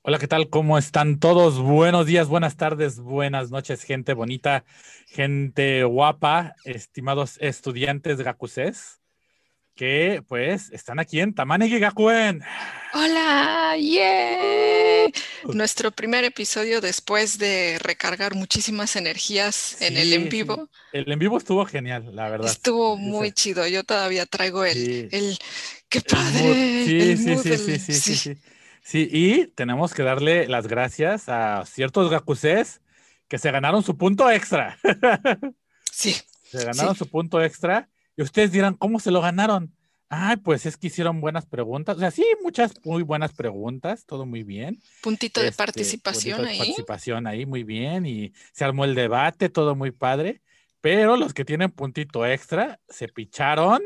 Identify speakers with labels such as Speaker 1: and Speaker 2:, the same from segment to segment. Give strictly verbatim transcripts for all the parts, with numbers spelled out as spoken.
Speaker 1: Hola, ¿qué tal? ¿Cómo están todos? Buenos días, buenas tardes, buenas noches, gente bonita, gente guapa, estimados estudiantes gakuses, que pues están aquí en Tamanegi Gakuen.
Speaker 2: Hola, ¡yeah! Nuestro primer episodio después de recargar muchísimas energías en el en
Speaker 1: Sí, sí,
Speaker 2: vivo.
Speaker 1: el en vivo estuvo genial, la verdad.
Speaker 2: Estuvo muy
Speaker 1: Esa-
Speaker 2: chido. Yo todavía traigo el,
Speaker 1: sí,
Speaker 2: el, qué
Speaker 1: el mood,
Speaker 2: padre, el,
Speaker 1: sí,
Speaker 2: el
Speaker 1: sí,
Speaker 2: mood
Speaker 1: sí, sí,
Speaker 2: del,
Speaker 1: sí,
Speaker 2: sí,
Speaker 1: sí, sí. Sí, y tenemos que darle las gracias a ciertos gakuses que se ganaron su punto extra.
Speaker 2: sí,
Speaker 1: Se
Speaker 2: sí.
Speaker 1: ganaron su punto extra y ustedes dirán, ¿cómo se lo ganaron? Ay, pues es que hicieron buenas preguntas. O sea, sí, muchas muy buenas preguntas, todo muy bien.
Speaker 2: Puntito de
Speaker 1: Este, bonita
Speaker 2: participación ahí.
Speaker 1: participación ahí, muy bien. Y se armó el debate, todo muy padre. Pero los que tienen puntito extra se picharon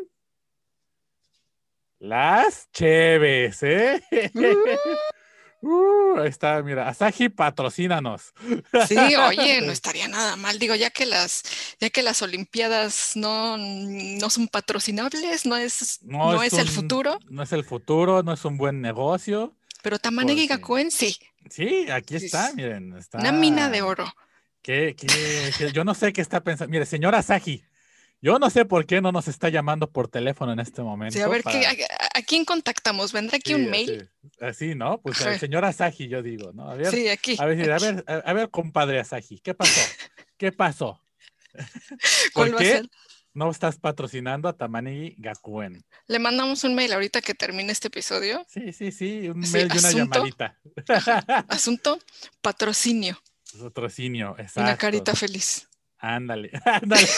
Speaker 1: las cheves, ¿eh?
Speaker 2: Uh,
Speaker 1: Uh, ahí está, mira, Asahi, patrocínanos.
Speaker 2: sí, oye, no estaría nada mal. Digo, ya que las, ya que las Olimpiadas no, no son patrocinables, no es,
Speaker 1: No
Speaker 2: no
Speaker 1: es
Speaker 2: es el
Speaker 1: un,
Speaker 2: futuro,
Speaker 1: no es el futuro, no es un buen negocio,
Speaker 2: pero Tamanegi
Speaker 1: porque
Speaker 2: Gakuen sí.
Speaker 1: sí, aquí
Speaker 2: Sí,
Speaker 1: está,
Speaker 2: es
Speaker 1: miren,
Speaker 2: una mina
Speaker 1: está.
Speaker 2: de oro.
Speaker 1: Que, que, que yo no sé qué está pensando. Mire, señora Saji, yo no sé por qué no nos está llamando por teléfono en este
Speaker 2: Sí, a
Speaker 1: momento
Speaker 2: ver, ¿qué, a,
Speaker 1: para.
Speaker 2: a quién contactamos? ¿Vendrá aquí un
Speaker 1: Sí,
Speaker 2: mail?
Speaker 1: así, así, ¿no? Pues eh,
Speaker 2: Ajá,
Speaker 1: señora Saji, yo digo, ¿no? A ver,
Speaker 2: sí, aquí,
Speaker 1: a ver, a
Speaker 2: aquí.
Speaker 1: ver, a, a ver, compadre Asaji, ¿qué pasó? ¿Qué pasó? ¿Por
Speaker 2: ¿Cuál va a
Speaker 1: qué
Speaker 2: ser?
Speaker 1: no estás patrocinando a Tamani Gakuen?
Speaker 2: Le mandamos un mail ahorita que termine este episodio.
Speaker 1: Sí, sí, sí, un
Speaker 2: Así,
Speaker 1: mail y una
Speaker 2: asunto,
Speaker 1: llamadita.
Speaker 2: ajá, asunto, patrocinio.
Speaker 1: Patrocinio,
Speaker 2: Y una
Speaker 1: exacto.
Speaker 2: carita feliz.
Speaker 1: Ándale, ándale.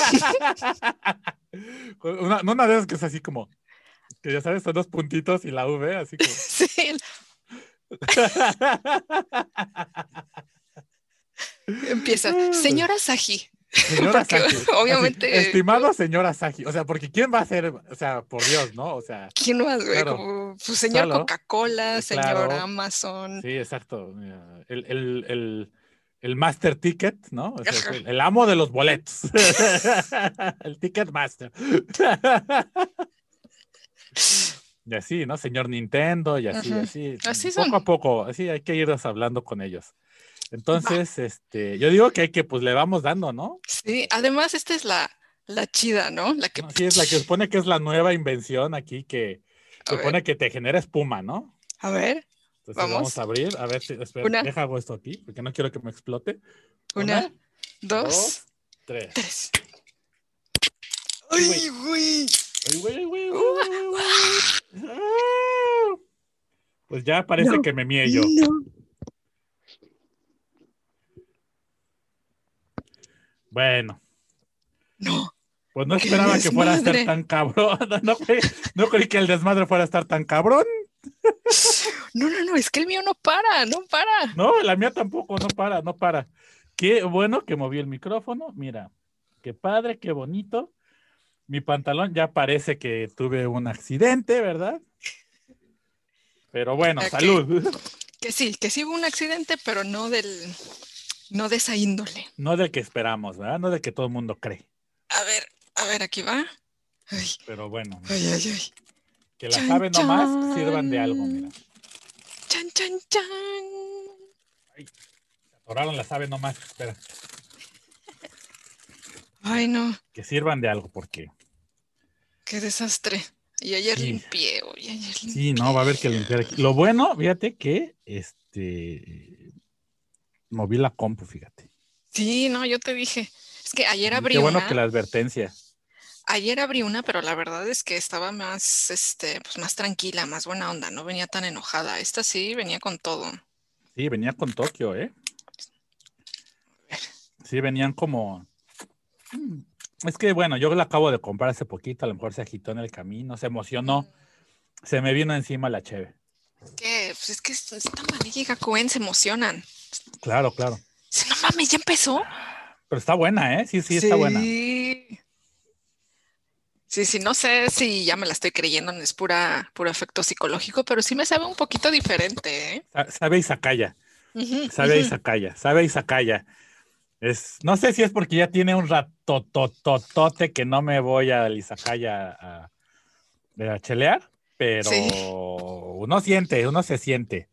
Speaker 1: Una, una de esas que es así como, que ya sabes, son dos puntitos y la V, así como.
Speaker 2: Sí, empieza. Señora Saji,
Speaker 1: Señora
Speaker 2: porque
Speaker 1: Saji, así,
Speaker 2: obviamente,
Speaker 1: estimado señora Saji, o sea, porque ¿quién va a ser? O sea, por Dios, ¿no? O sea,
Speaker 2: ¿quién más, güey?
Speaker 1: claro,
Speaker 2: Como, pues, señor
Speaker 1: claro,
Speaker 2: Coca-Cola,
Speaker 1: eh,
Speaker 2: señor
Speaker 1: claro,
Speaker 2: Amazon.
Speaker 1: sí, exacto. Mira, El, el, el, el Master Ticket, ¿no? O sea, es
Speaker 2: Ajá.
Speaker 1: el, el amo de los boletos. El Ticket Master. Y así, ¿no? Señor Nintendo, y así,
Speaker 2: Ujú.
Speaker 1: así,
Speaker 2: Así son.
Speaker 1: poco a poco, así hay que irnos hablando con ellos.
Speaker 2: Va.
Speaker 1: Entonces, este, yo digo que hay que, pues le vamos dando, ¿no?
Speaker 2: Sí, además esta es la, la chida, ¿no? La que,
Speaker 1: No, sí, es la que supone que es la nueva invención aquí que
Speaker 2: a ver,
Speaker 1: supone que te genera espuma, ¿no?
Speaker 2: a ver,
Speaker 1: Entonces vamos
Speaker 2: vamos.
Speaker 1: a abrir, a ver si, espera,
Speaker 2: Una,
Speaker 1: deja hago esto aquí, porque no quiero que me explote.
Speaker 2: una,
Speaker 1: Una,
Speaker 2: dos,
Speaker 1: dos, tres.
Speaker 2: tres.
Speaker 1: Ay, güey,
Speaker 2: ¡Ay, güey!
Speaker 1: ay, güey, ay, güey, güey,
Speaker 2: ¡Ua!
Speaker 1: güey, güey, güey,
Speaker 2: ¡Ua!
Speaker 1: güey, güey. ¡Ah! Pues ya parece
Speaker 2: No,
Speaker 1: que me mié yo.
Speaker 2: no,
Speaker 1: Bueno,
Speaker 2: no.
Speaker 1: pues no
Speaker 2: ¡Qué
Speaker 1: esperaba que fuera a ser
Speaker 2: desmadre!
Speaker 1: tan cabrón. No, creí, no creí que el desmadre fuera a estar tan cabrón.
Speaker 2: No, no, no, es que el mío no para, no para.
Speaker 1: No, la mía tampoco, no para, no para. Qué bueno que moví el micrófono. Mira, qué padre, qué bonito. Mi pantalón ya parece que tuve un accidente, ¿verdad? Pero bueno,
Speaker 2: Ah, que,
Speaker 1: salud.
Speaker 2: que sí, que sí hubo un accidente, pero no del, no de esa índole.
Speaker 1: No del que esperamos, ¿verdad? No del que todo el mundo cree.
Speaker 2: A ver, a ver, aquí va. Ay,
Speaker 1: Pero bueno, mira.
Speaker 2: ay, ay, ay.
Speaker 1: Que las
Speaker 2: Chan,
Speaker 1: saben nomás sirvan de algo,
Speaker 2: chan.
Speaker 1: mira.
Speaker 2: Chan, chan, chan.
Speaker 1: Ay, se atoraron las aves nomás. Espera.
Speaker 2: Ay,
Speaker 1: Mira,
Speaker 2: no,
Speaker 1: que sirvan de algo, porque
Speaker 2: qué desastre. Y ayer
Speaker 1: sí,
Speaker 2: limpié, oye, ayer
Speaker 1: sí, no,
Speaker 2: limpié.
Speaker 1: va a haber que limpiar aquí. Lo bueno, fíjate que este moví la compu, fíjate.
Speaker 2: Sí, no, yo te dije. Es que ayer
Speaker 1: Y qué
Speaker 2: abrí
Speaker 1: bueno que
Speaker 2: una,
Speaker 1: la advertencia.
Speaker 2: ayer abrí una, pero la verdad es que estaba más, este, pues más tranquila, más buena onda, no venía tan enojada. Esta sí venía con todo.
Speaker 1: Sí, venía con Tokio, ¿eh? Sí, venían como. mm, Es que bueno, yo la acabo de comprar hace poquito, a lo mejor se agitó en el camino, se
Speaker 2: Mm,
Speaker 1: emocionó, se me vino encima la cheve.
Speaker 2: ¿Qué? Pues es que es- esta manilla y Gakuen se emocionan.
Speaker 1: Claro, claro.
Speaker 2: Dice, no mames, ¿ya empezó?
Speaker 1: Pero está buena, ¿eh? Sí, sí, está buena.
Speaker 2: Sí. Sí, sí, no sé si ya me la estoy creyendo, es pura, puro efecto psicológico, pero sí me sabe un poquito diferente, ¿eh?
Speaker 1: Sa- Sabe Izakaya,
Speaker 2: Ujú,
Speaker 1: sabe a
Speaker 2: ujú.
Speaker 1: Izakaya, sabe a Izakaya. Es, no sé si es porque ya tiene un ratototote que no me voy al Izakaya a, a chelear, pero
Speaker 2: Sí,
Speaker 1: uno siente, uno se siente.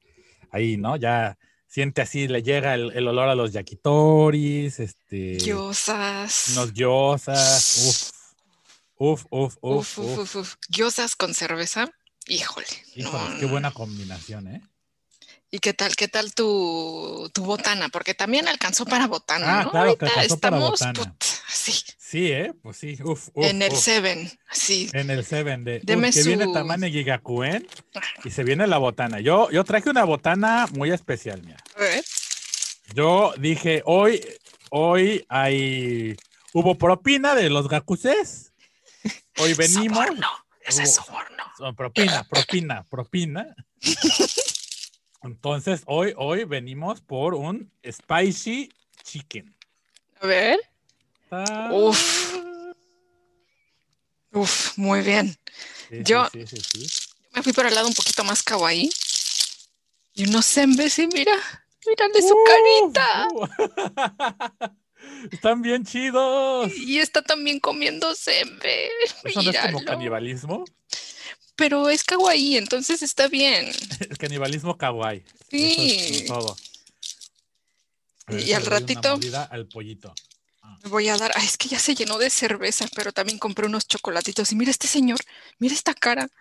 Speaker 1: ahí, ¿no? Ya siente así, le llega el, el olor a los yakitoris, este, unos
Speaker 2: Gyozas.
Speaker 1: gyozas, uf, uf, uf, uf,
Speaker 2: Uf, uf,
Speaker 1: uf.
Speaker 2: uf, uf. Gyozas con cerveza. Híjole. No,
Speaker 1: Híjoles, qué
Speaker 2: no, no.
Speaker 1: buena combinación, ¿eh?
Speaker 2: ¿Y qué tal, qué tal tu, tu botana? Porque también alcanzó para botana,
Speaker 1: Ah,
Speaker 2: ¿no?
Speaker 1: claro, que
Speaker 2: Ahorita
Speaker 1: alcanzó para
Speaker 2: estamos, put,
Speaker 1: botana.
Speaker 2: así,
Speaker 1: Sí, ¿eh? Pues sí, uf, uf,
Speaker 2: en el
Speaker 1: uf.
Speaker 2: Seven, así.
Speaker 1: En el Seven de, uf,
Speaker 2: Deme
Speaker 1: que viene
Speaker 2: su.
Speaker 1: Tamane Gigakuen y se viene la botana. Yo, yo traje una botana muy especial, mira.
Speaker 2: A ver.
Speaker 1: Yo dije, hoy, hoy hay, hubo propina de los gakuses. Hoy venimos,
Speaker 2: Soborno. Ese es
Speaker 1: hubo,
Speaker 2: soborno.
Speaker 1: so- propina, propina, propina. Entonces, hoy, hoy venimos por un spicy chicken.
Speaker 2: A ver. Uf,
Speaker 1: Ta-
Speaker 2: uf, muy bien.
Speaker 1: Sí, sí,
Speaker 2: Yo
Speaker 1: sí, sí, sí.
Speaker 2: me fui para el lado un poquito más kawaii. Y unos sembes, y mira, mírale su
Speaker 1: ¡Uf!
Speaker 2: carita.
Speaker 1: ¡Uh! Están bien chidos.
Speaker 2: Y está también comiendo sembe.
Speaker 1: ¿Eso no es como
Speaker 2: Míralo.
Speaker 1: canibalismo?
Speaker 2: Pero es kawaii, entonces está bien.
Speaker 1: El canibalismo kawaii. Eso es
Speaker 2: Sí.
Speaker 1: todo. A ver,
Speaker 2: Y al
Speaker 1: déjale, doy una
Speaker 2: ratito
Speaker 1: mordida al pollito. Ah.
Speaker 2: me voy a dar. Ay, es que ya se llenó de cerveza, pero también compré unos chocolatitos. Y mira este señor, mira esta cara.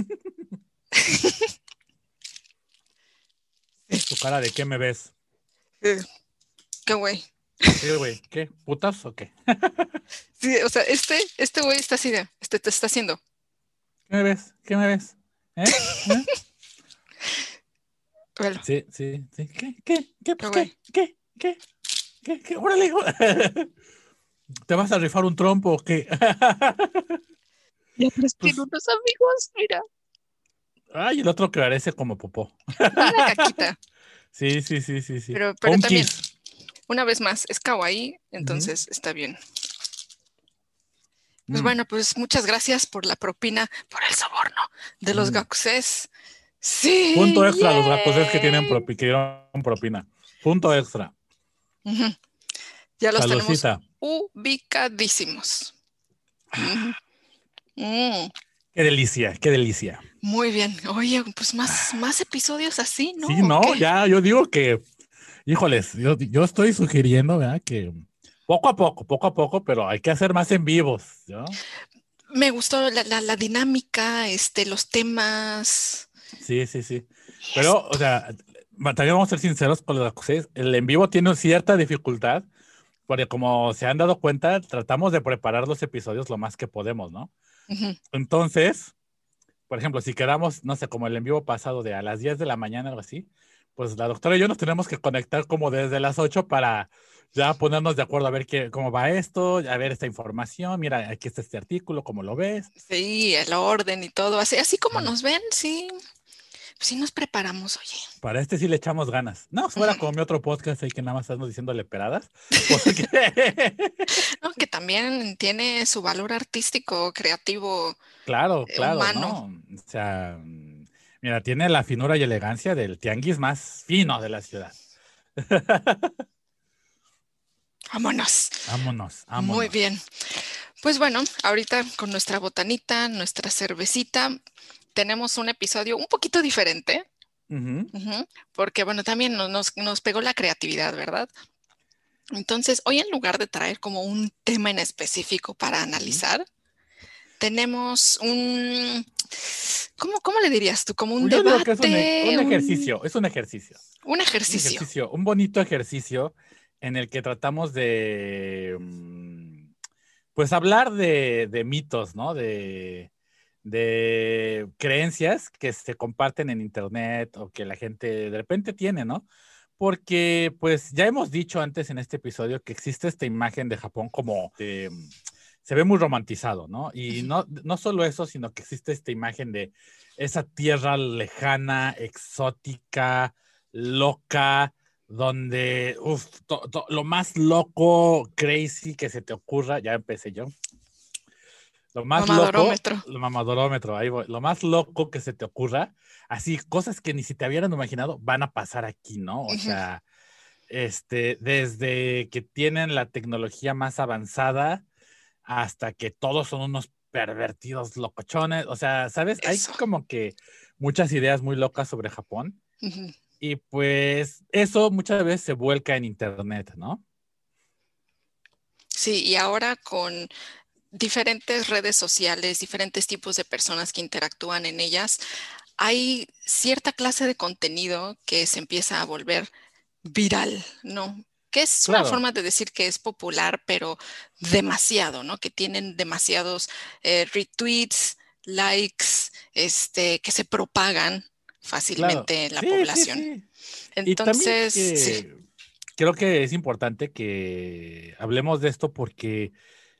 Speaker 1: ¿Tu cara de qué me ves?
Speaker 2: Eh, qué güey.
Speaker 1: ¿Qué, güey? ¿Qué? ¿Putas o qué?
Speaker 2: Sí, o sea, este, este güey está así de, este te está haciendo.
Speaker 1: ¿Qué me ves? ¿Qué me ves? ¿Eh? ¿Eh?
Speaker 2: Velo,
Speaker 1: Sí, sí, sí. ¿Qué? ¿Qué? ¿Qué?
Speaker 2: qué
Speaker 1: Pues
Speaker 2: güey.
Speaker 1: qué. ¿Qué? ¿Qué? ¿Qué? ¿Qué? ¡Órale! ¿Te vas a rifar un trompo o qué?
Speaker 2: Ya, pero tiene
Speaker 1: Pues,
Speaker 2: unos amigos, mira,
Speaker 1: ay, el otro que parece como popó.
Speaker 2: una caquita.
Speaker 1: Sí, sí, sí, sí, sí.
Speaker 2: Pero, pero también,
Speaker 1: Punkis.
Speaker 2: una vez más, es kawaii,
Speaker 1: Ujú.
Speaker 2: entonces está bien. Pues
Speaker 1: Mm,
Speaker 2: bueno, pues muchas gracias por la propina, por el soborno de los
Speaker 1: mm.
Speaker 2: gakuses.
Speaker 1: Punto
Speaker 2: Sí,
Speaker 1: extra a los gakuses que tienen
Speaker 2: yay.
Speaker 1: propi- que dieron propina. Punto extra.
Speaker 2: Ujú. Ya los tenemos
Speaker 1: Saludcita.
Speaker 2: ubicadísimos. Ujú. Mm,
Speaker 1: Qué delicia, qué delicia.
Speaker 2: muy bien. Oye, pues más, más episodios así, ¿no?
Speaker 1: Sí,
Speaker 2: ¿O
Speaker 1: no,
Speaker 2: qué?
Speaker 1: ya yo digo que, híjoles, yo, yo estoy sugiriendo, ¿verdad? Que poco a poco, poco a poco, pero hay que hacer más en vivos, ¿no?
Speaker 2: Me gustó la, la, la dinámica, este, los temas.
Speaker 1: Sí, sí, sí.
Speaker 2: Y
Speaker 1: Pero, o
Speaker 2: esto.
Speaker 1: sea, ma- también vamos a ser sinceros con los gakuses. El en vivo tiene cierta dificultad, porque como se han dado cuenta, tratamos de preparar los episodios lo más que podemos, ¿no?
Speaker 2: Ujú.
Speaker 1: Entonces, por ejemplo, si quedamos, no sé, como el en vivo pasado de a las diez de la mañana, algo así, pues la doctora y yo nos tenemos que conectar como desde las ocho para ya ponernos de acuerdo a ver qué, cómo va esto, a ver esta información, mira, aquí está este artículo, ¿cómo lo ves?
Speaker 2: Sí, el orden y todo. Así, así como
Speaker 1: Sí.
Speaker 2: nos ven, sí, sí nos preparamos, oye.
Speaker 1: Para este sí le echamos ganas. No, fuera
Speaker 2: Ujú.
Speaker 1: como mi otro podcast ahí que nada más estamos diciéndole peradas, porque
Speaker 2: No, que también tiene su valor artístico, creativo,
Speaker 1: claro,
Speaker 2: eh,
Speaker 1: claro,
Speaker 2: humano.
Speaker 1: ¿no? O sea, mm, mira, tiene la finura y elegancia del tianguis más fino de la ciudad.
Speaker 2: Vámonos.
Speaker 1: Vámonos,
Speaker 2: Muy
Speaker 1: vámonos.
Speaker 2: bien. Pues bueno, ahorita con nuestra botanita, nuestra cervecita, tenemos un episodio un poquito diferente.
Speaker 1: Ujú,
Speaker 2: Ujú. Porque bueno, también no- nos, nos pegó la creatividad, ¿verdad? Entonces, hoy en lugar de traer como un tema en específico para
Speaker 1: ujú.
Speaker 2: analizar, tenemos un, ¿cómo, cómo le dirías tú? Como un
Speaker 1: Yo digo que es un, e-
Speaker 2: debate,
Speaker 1: un
Speaker 2: un,
Speaker 1: ejercicio, es un ejercicio,
Speaker 2: un
Speaker 1: un
Speaker 2: ejercicio.
Speaker 1: ejercicio, un bonito ejercicio en el que tratamos de, mm, pues, hablar de, de mitos, ¿no? De, de creencias que se comparten en internet o que la gente de repente tiene, ¿no? Porque, pues, ya hemos dicho antes en este episodio que existe esta imagen de Japón como de, mm, se ve muy romantizado, ¿no? Y
Speaker 2: Ujú.
Speaker 1: no, no solo eso, sino que existe esta imagen de esa tierra lejana, exótica, loca, donde uf, to, to, lo más loco, crazy que se te ocurra, ya empecé yo, lo más loco,
Speaker 2: Mamadorómetro.
Speaker 1: lo mamadorómetro, ahí voy, lo más loco que se te ocurra, así cosas que ni si te hubieran imaginado van a pasar aquí, ¿no? O
Speaker 2: Ujú.
Speaker 1: sea, este, desde que tienen la tecnología más avanzada hasta que todos son unos pervertidos locochones, o sea, ¿sabes? Hay
Speaker 2: Eso.
Speaker 1: como que muchas ideas muy locas sobre Japón.
Speaker 2: Ujú.
Speaker 1: Y pues eso muchas veces se vuelca en internet, ¿no?
Speaker 2: Sí, y ahora con diferentes redes sociales, diferentes tipos de personas que interactúan en ellas, hay cierta clase de contenido que se empieza a volver viral, ¿no? Que es una
Speaker 1: Claro,
Speaker 2: forma de decir que es popular, pero demasiado, ¿no? Que tienen demasiados eh, retweets, likes, este, que se propagan
Speaker 1: claro.
Speaker 2: fácilmente en la
Speaker 1: Sí, sí,
Speaker 2: población.
Speaker 1: sí. Y también
Speaker 2: Entonces, sí.
Speaker 1: que creo que es importante que hablemos de esto porque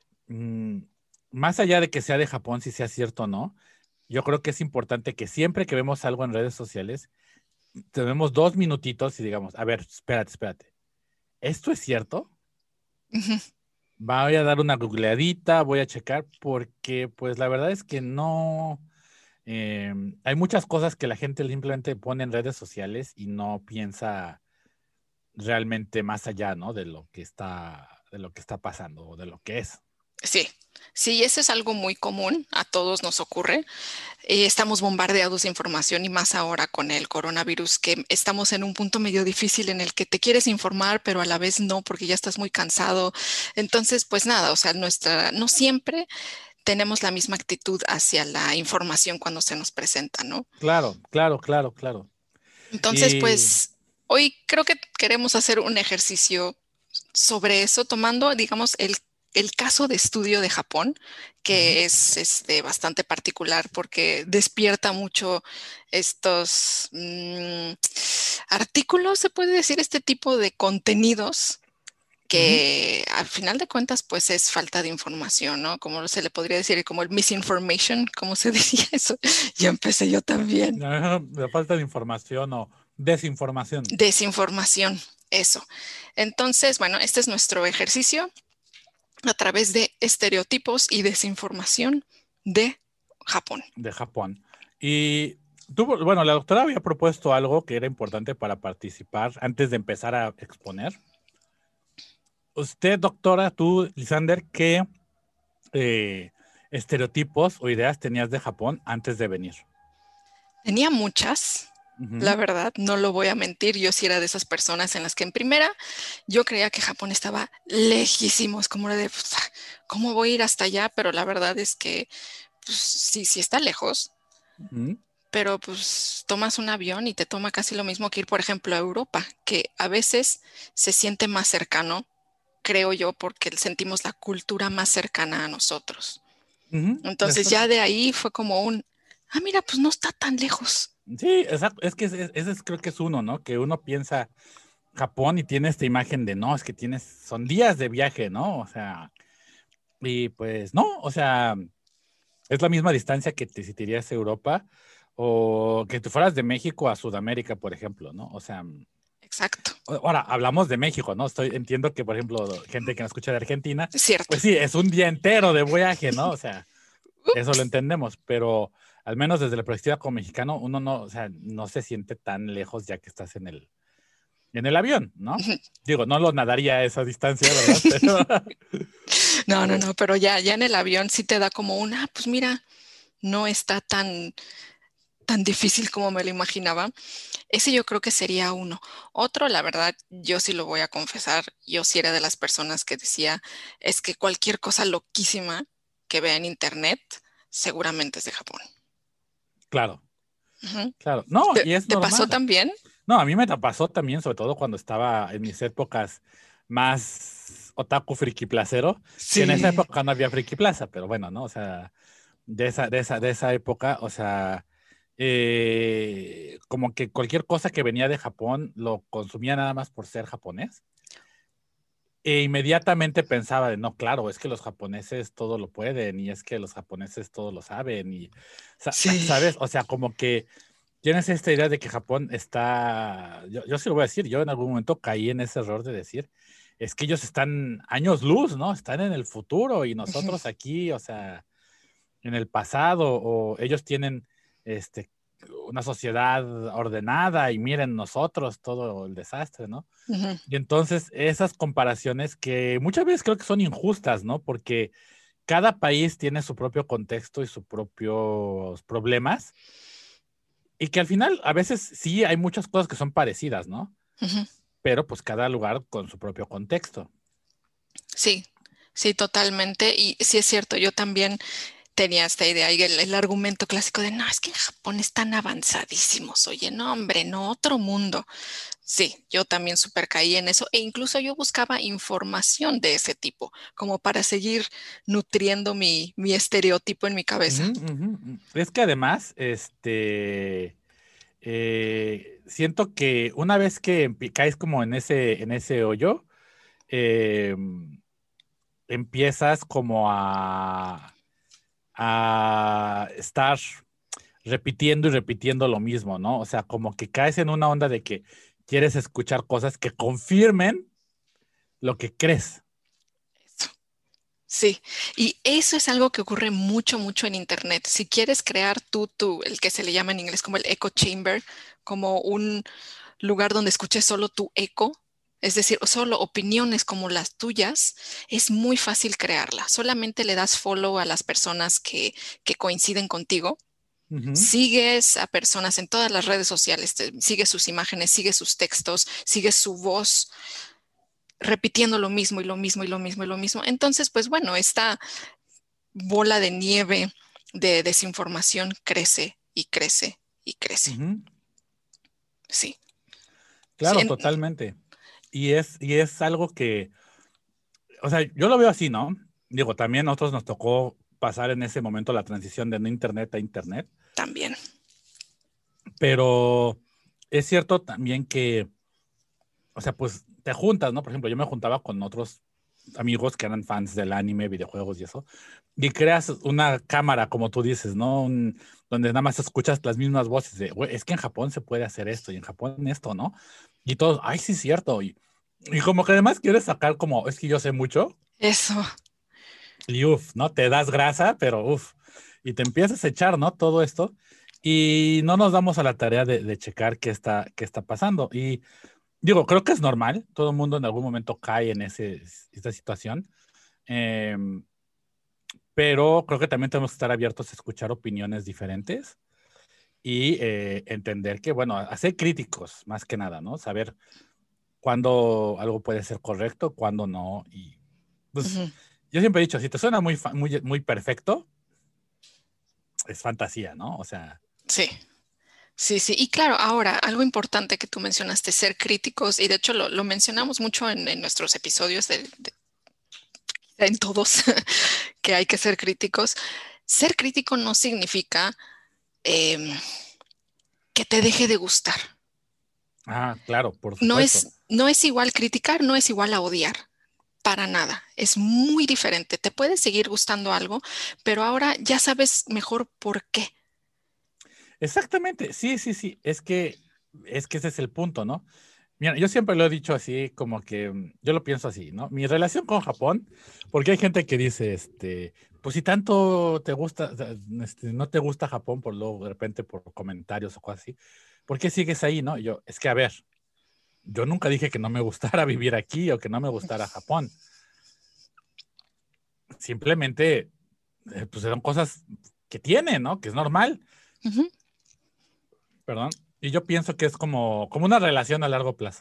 Speaker 1: mm, más allá de que sea de Japón, si sea cierto o no, yo creo que es importante que siempre que vemos algo en redes sociales, tenemos dos minutitos y digamos, a ver, espérate, espérate. ¿Esto es cierto?
Speaker 2: Ujú.
Speaker 1: Voy a dar una googleadita, voy a checar, porque pues la verdad es que no, eh, hay muchas cosas que la gente simplemente pone en redes sociales y no piensa realmente más allá, ¿no? De lo que está, de lo que está pasando o de lo que es.
Speaker 2: Sí, sí, eso es algo muy común, a todos nos ocurre. Eh, estamos bombardeados de información y más ahora con el coronavirus, que estamos en un punto medio difícil en el que te quieres informar, pero a la vez no, porque ya estás muy cansado. Entonces, pues nada, o sea, nuestra, no siempre tenemos la misma actitud hacia la información cuando se nos presenta, ¿no?
Speaker 1: Claro, claro, claro, claro.
Speaker 2: Entonces,
Speaker 1: Y
Speaker 2: pues hoy creo que queremos hacer un ejercicio sobre eso, tomando, digamos, el, el caso de estudio de Japón,
Speaker 1: ujú,
Speaker 2: que es este, bastante particular porque despierta mucho estos mm, artículos, se puede decir, este tipo de contenidos
Speaker 1: ujú.
Speaker 2: que al final de cuentas pues es falta de información, ¿no? Como se le podría decir, como el misinformation, ¿cómo se diría eso? Ya empecé yo también.
Speaker 1: Ah, la falta de información o desinformación.
Speaker 2: Desinformación, eso. Entonces, bueno, este es nuestro ejercicio a través de estereotipos y desinformación de Japón.
Speaker 1: De Japón. Y tuvo, bueno, la doctora había propuesto algo que era importante para participar antes de empezar a exponer. Usted, doctora, tú, Lisander, ¿qué eh, estereotipos o ideas tenías de Japón antes de venir?
Speaker 2: Tenía muchas, la
Speaker 1: Ujú,
Speaker 2: verdad, no lo voy a mentir, yo sí era de esas personas en las que en primera yo creía que Japón estaba lejísimos, como de, pues, ¿cómo voy a ir hasta allá? Pero la verdad es que pues, sí, sí está lejos,
Speaker 1: ujú.
Speaker 2: pero pues tomas un avión y te toma casi lo mismo que ir, por ejemplo, a Europa, que a veces se siente más cercano, creo yo, porque sentimos la cultura más cercana a nosotros.
Speaker 1: Ujú,
Speaker 2: Entonces
Speaker 1: exacto.
Speaker 2: ya de ahí fue como un, ah, mira, pues no está tan lejos.
Speaker 1: Sí, exacto. Es que ese, ese es, creo que es uno, ¿no? Que uno piensa Japón y tiene esta imagen de, no, es que tienes, son días de viaje, ¿no? O sea, y pues no, o sea, es la misma distancia que te, si te irías a Europa o que tú fueras de México a Sudamérica, por ejemplo, ¿no? O sea,
Speaker 2: Exacto,
Speaker 1: ahora hablamos de México, ¿no? Estoy, entiendo que, por ejemplo, gente que nos escucha de Argentina,
Speaker 2: es cierto.
Speaker 1: pues sí, es un día entero de viaje, ¿no? O sea, eso lo entendemos, pero al menos desde la perspectiva como mexicano, uno no, o sea, no se siente tan lejos ya que estás en el, en el avión, ¿no? Digo, no lo nadaría a esa distancia, ¿verdad? Pero,
Speaker 2: No, no,
Speaker 1: pero
Speaker 2: no, pero ya, ya en el avión sí te da como un, ah, pues mira, no está tan, tan difícil como me lo imaginaba. Ese yo creo que sería uno. Otro, la verdad, yo sí lo voy a confesar, yo sí era de las personas que decía, es que cualquier cosa loquísima que vea en internet seguramente es de Japón.
Speaker 1: claro,
Speaker 2: Ujú.
Speaker 1: claro. No,
Speaker 2: ¿Te,
Speaker 1: y es
Speaker 2: te pasó
Speaker 1: normal.
Speaker 2: también?
Speaker 1: No, a mí me pasó también, sobre todo cuando estaba en mis épocas más otaku friki placero, que en esa
Speaker 2: Sí.
Speaker 1: época no había friki plaza, pero bueno, ¿no? O sea, de esa, de esa, de esa época, o sea, eh, como que cualquier cosa que venía de Japón lo consumía nada más por ser japonés. E inmediatamente pensaba de, no, claro, es que los japoneses todo lo pueden y es que los japoneses todo lo saben y, sa-
Speaker 2: Sí.
Speaker 1: ¿sabes? O sea, como que tienes esta idea de que Japón está, yo, yo sí lo voy a decir, yo en algún momento caí en ese error de decir, es que ellos están años luz, ¿no? Están en el futuro y
Speaker 2: Ujú.
Speaker 1: nosotros aquí, o sea, en el pasado, o ellos tienen este, una sociedad ordenada y miren nosotros todo el desastre, ¿no?
Speaker 2: Ujú.
Speaker 1: Y entonces esas comparaciones que muchas veces creo que son injustas, ¿no? Porque cada país tiene su propio contexto y sus propios problemas y que al final a veces sí hay muchas cosas que son parecidas, ¿no?
Speaker 2: Ujú.
Speaker 1: Pero pues cada lugar con su propio contexto.
Speaker 2: Sí, sí, totalmente. Y sí es cierto, yo también tenía esta idea y el, el argumento clásico de, no, es que en Japón están avanzadísimos. Oye, no, hombre, no, otro mundo. Sí, yo también súper caí en eso e incluso yo buscaba información de ese tipo, como para seguir nutriendo mi, mi estereotipo en mi
Speaker 1: Ujú,
Speaker 2: cabeza.
Speaker 1: ujú, ujú. Es que además, este, eh, siento que una vez que empi- caes como en ese, en ese hoyo, eh, empiezas como a, a estar repitiendo y repitiendo lo mismo, ¿no? O sea, como que caes en una onda de que quieres escuchar cosas que confirmen lo que crees.
Speaker 2: Eso. Sí, y eso es algo que ocurre mucho, mucho en Internet. Si quieres crear tú, tú, el que se le llama en inglés como el echo chamber, como un lugar donde escuches solo tu eco, es decir, solo opiniones como las tuyas, es muy fácil crearla. Solamente le das follow a las personas que, que coinciden contigo.
Speaker 1: Ujú,
Speaker 2: Sigues a personas en todas las redes sociales, te- sigues sus imágenes, sigues sus textos, sigues su voz, repitiendo lo mismo y lo mismo y lo mismo y lo mismo. Entonces, pues bueno, esta bola de nieve de desinformación crece y crece y crece.
Speaker 1: ujú.
Speaker 2: Sí, sí,
Speaker 1: Claro,
Speaker 2: en-
Speaker 1: totalmente. Y es, y es algo que, o sea, yo lo veo así, ¿no? Digo, también a nosotros nos tocó pasar en ese momento la transición de no internet a internet,
Speaker 2: también.
Speaker 1: pero es cierto también que, o sea, pues te juntas, ¿no? Por ejemplo, yo me juntaba con otros amigos que eran fans del anime, videojuegos y eso, y creas una cámara, como tú dices, ¿no? Un- donde nada más escuchas las mismas voces de, "Güey, es que en Japón se puede hacer esto y en Japón esto, ¿no? Y todos, ay, sí es cierto. Y, y como que además quieres sacar como, es que yo sé mucho,
Speaker 2: Eso.
Speaker 1: y uff, ¿no? Te das grasa, pero uff, y te empiezas a echar, ¿no? Todo esto. Y no nos damos a la tarea de, de checar qué está, qué está pasando. Y digo, creo que es normal, todo el mundo en algún momento cae en ese, esta situación. Em, pero creo que también tenemos que estar abiertos a escuchar opiniones diferentes y eh, entender que, bueno, a ser críticos más que nada, ¿no? Saber cuándo algo puede ser correcto, cuándo no. Y pues
Speaker 2: Ujú.
Speaker 1: yo siempre he dicho, si te suena muy, fa- muy, muy perfecto, es fantasía, ¿no? O sea,
Speaker 2: Sí. Sí, sí. Y claro, ahora, algo importante que tú mencionaste, ser críticos, y de hecho lo, lo mencionamos mucho en, en nuestros episodios, del- de- en todos, que hay que ser críticos. Ser crítico no significa em, que te deje de gustar.
Speaker 1: ah, claro, por
Speaker 2: No
Speaker 1: supuesto.
Speaker 2: es, no es igual criticar, no es igual a odiar. Para nada. Es muy diferente. Te puede seguir gustando algo, pero ahora ya sabes mejor por qué.
Speaker 1: Exactamente, sí, sí, sí, es que, es que ese es el punto, ¿no? Mira, yo siempre lo he dicho así, como que mm, yo lo pienso así, ¿no? Mi relación con Japón, porque hay gente que dice, este, pues si tanto te gusta, o sea, este, no te gusta Japón por luego de repente por comentarios o cosas así, ¿por qué sigues ahí, no? Y yo, es que a ver, yo nunca dije que no me gustara vivir aquí o que no me gustara Japón. Simplemente, eh, pues son cosas que tiene, ¿no? Que es normal,
Speaker 2: Ujú.
Speaker 1: perdón. Y yo pienso que es como, como una relación a largo plazo.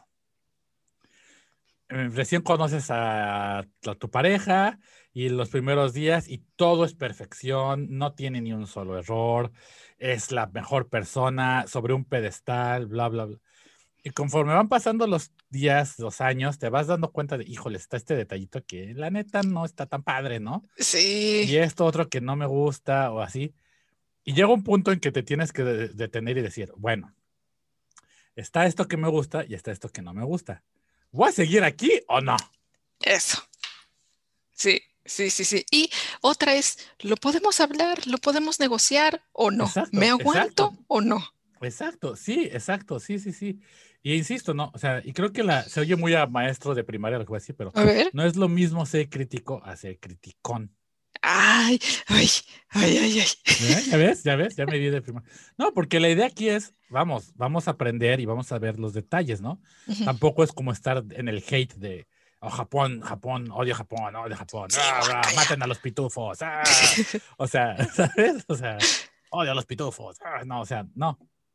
Speaker 1: Eh, recién conoces a, a tu pareja y los primeros días y todo es perfección, no tiene ni un solo error, es la mejor persona sobre un pedestal, bla, bla, bla. Y conforme van pasando los días, los años, te vas dando cuenta de, híjole, está este detallito que la neta no está tan padre, ¿no?
Speaker 2: Sí,
Speaker 1: Y esto otro que no me gusta o así. Y llega un punto en que te tienes que de- detener y decir, bueno, está esto que me gusta y está esto que no me gusta. ¿Voy a seguir aquí o no?
Speaker 2: eso. Sí, sí, sí, sí. Y otra es, ¿lo podemos hablar? ¿Lo podemos negociar o no? ¿Me
Speaker 1: Exacto, exacto,
Speaker 2: aguanto o no?
Speaker 1: exacto, sí, exacto, sí, sí, sí. Y insisto, ¿no? O sea, y creo que la, se oye muy a maestro de primaria lo que voy a decir, pero
Speaker 2: A ver.
Speaker 1: no es lo mismo ser crítico a ser criticón.
Speaker 2: Ay, ay, ay, ay, ay.
Speaker 1: ¿Eh? ¿Ya ves? ¿Ya ves? Ya me vi de primaria. No, porque la idea aquí es, vamos, vamos a aprender y vamos a ver los detalles, ¿no?
Speaker 2: Ujú.
Speaker 1: Tampoco es como estar en el hate de, oh, Japón, Japón, odio Japón, odio Japón,
Speaker 2: Sí,
Speaker 1: ah, ah,
Speaker 2: guácala.
Speaker 1: maten a los pitufos, ah. O sea, ¿sabes? O sea, odio a los pitufos, ah, no, o sea, no.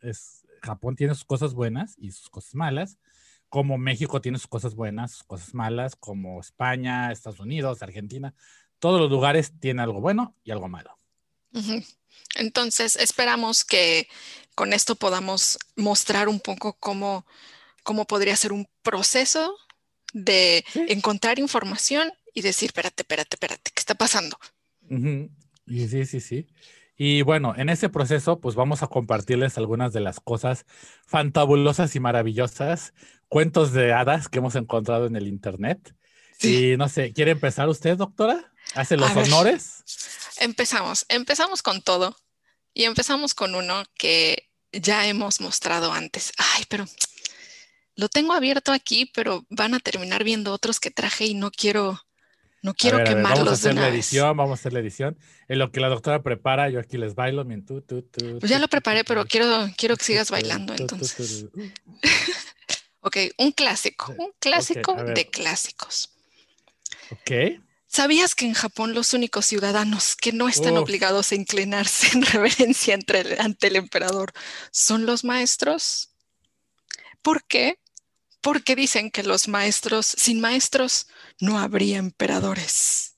Speaker 1: es, Japón tiene sus cosas buenas y sus cosas malas, como México tiene sus cosas buenas, sus cosas malas, como España, Estados Unidos, Argentina. Todos los lugares tienen algo bueno y algo malo.
Speaker 2: Uh-huh. Entonces, esperamos que con esto podamos mostrar un poco cómo, cómo podría ser un proceso de
Speaker 1: Sí.
Speaker 2: encontrar información y decir, espérate, espérate, espérate, ¿qué está pasando?
Speaker 1: Uh-huh. Y sí, sí, sí. Y bueno, en ese proceso, pues vamos a compartirles algunas de las cosas fantabulosas y maravillosas, cuentos de hadas que hemos encontrado en el internet.
Speaker 2: Sí.
Speaker 1: Y no sé, ¿quiere empezar usted, doctora? ¿Hace
Speaker 2: A
Speaker 1: los
Speaker 2: ver,
Speaker 1: honores?
Speaker 2: empezamos, empezamos con todo y empezamos con uno que ya hemos mostrado antes. Ay, pero lo tengo abierto aquí, pero van a terminar viendo otros que traje y no quiero, no
Speaker 1: A
Speaker 2: quiero
Speaker 1: ver, a ver, vamos a
Speaker 2: quemarlos de
Speaker 1: hacer
Speaker 2: una
Speaker 1: la
Speaker 2: vez.
Speaker 1: edición, vamos a hacer la edición. En lo que la doctora prepara, yo aquí les bailo. Miren, tu, tu, tu,
Speaker 2: Pues ya
Speaker 1: tu,
Speaker 2: lo
Speaker 1: tu, tu,
Speaker 2: preparé, pero
Speaker 1: tu,
Speaker 2: quiero, quiero
Speaker 1: tu,
Speaker 2: que
Speaker 1: tu,
Speaker 2: sigas
Speaker 1: tu,
Speaker 2: bailando
Speaker 1: tu, tu, tu,
Speaker 2: entonces.
Speaker 1: tu.
Speaker 2: Ok, un clásico,
Speaker 1: Uh,
Speaker 2: un
Speaker 1: Ok,
Speaker 2: clásico
Speaker 1: a ver,
Speaker 2: de clásicos.
Speaker 1: ok.
Speaker 2: ¿Sabías que en Japón los únicos ciudadanos que no están
Speaker 1: Uf,
Speaker 2: obligados a inclinarse en reverencia entre el- ante el emperador son los maestros? ¿Por qué? Porque dicen que los maestros, sin maestros, no habría emperadores.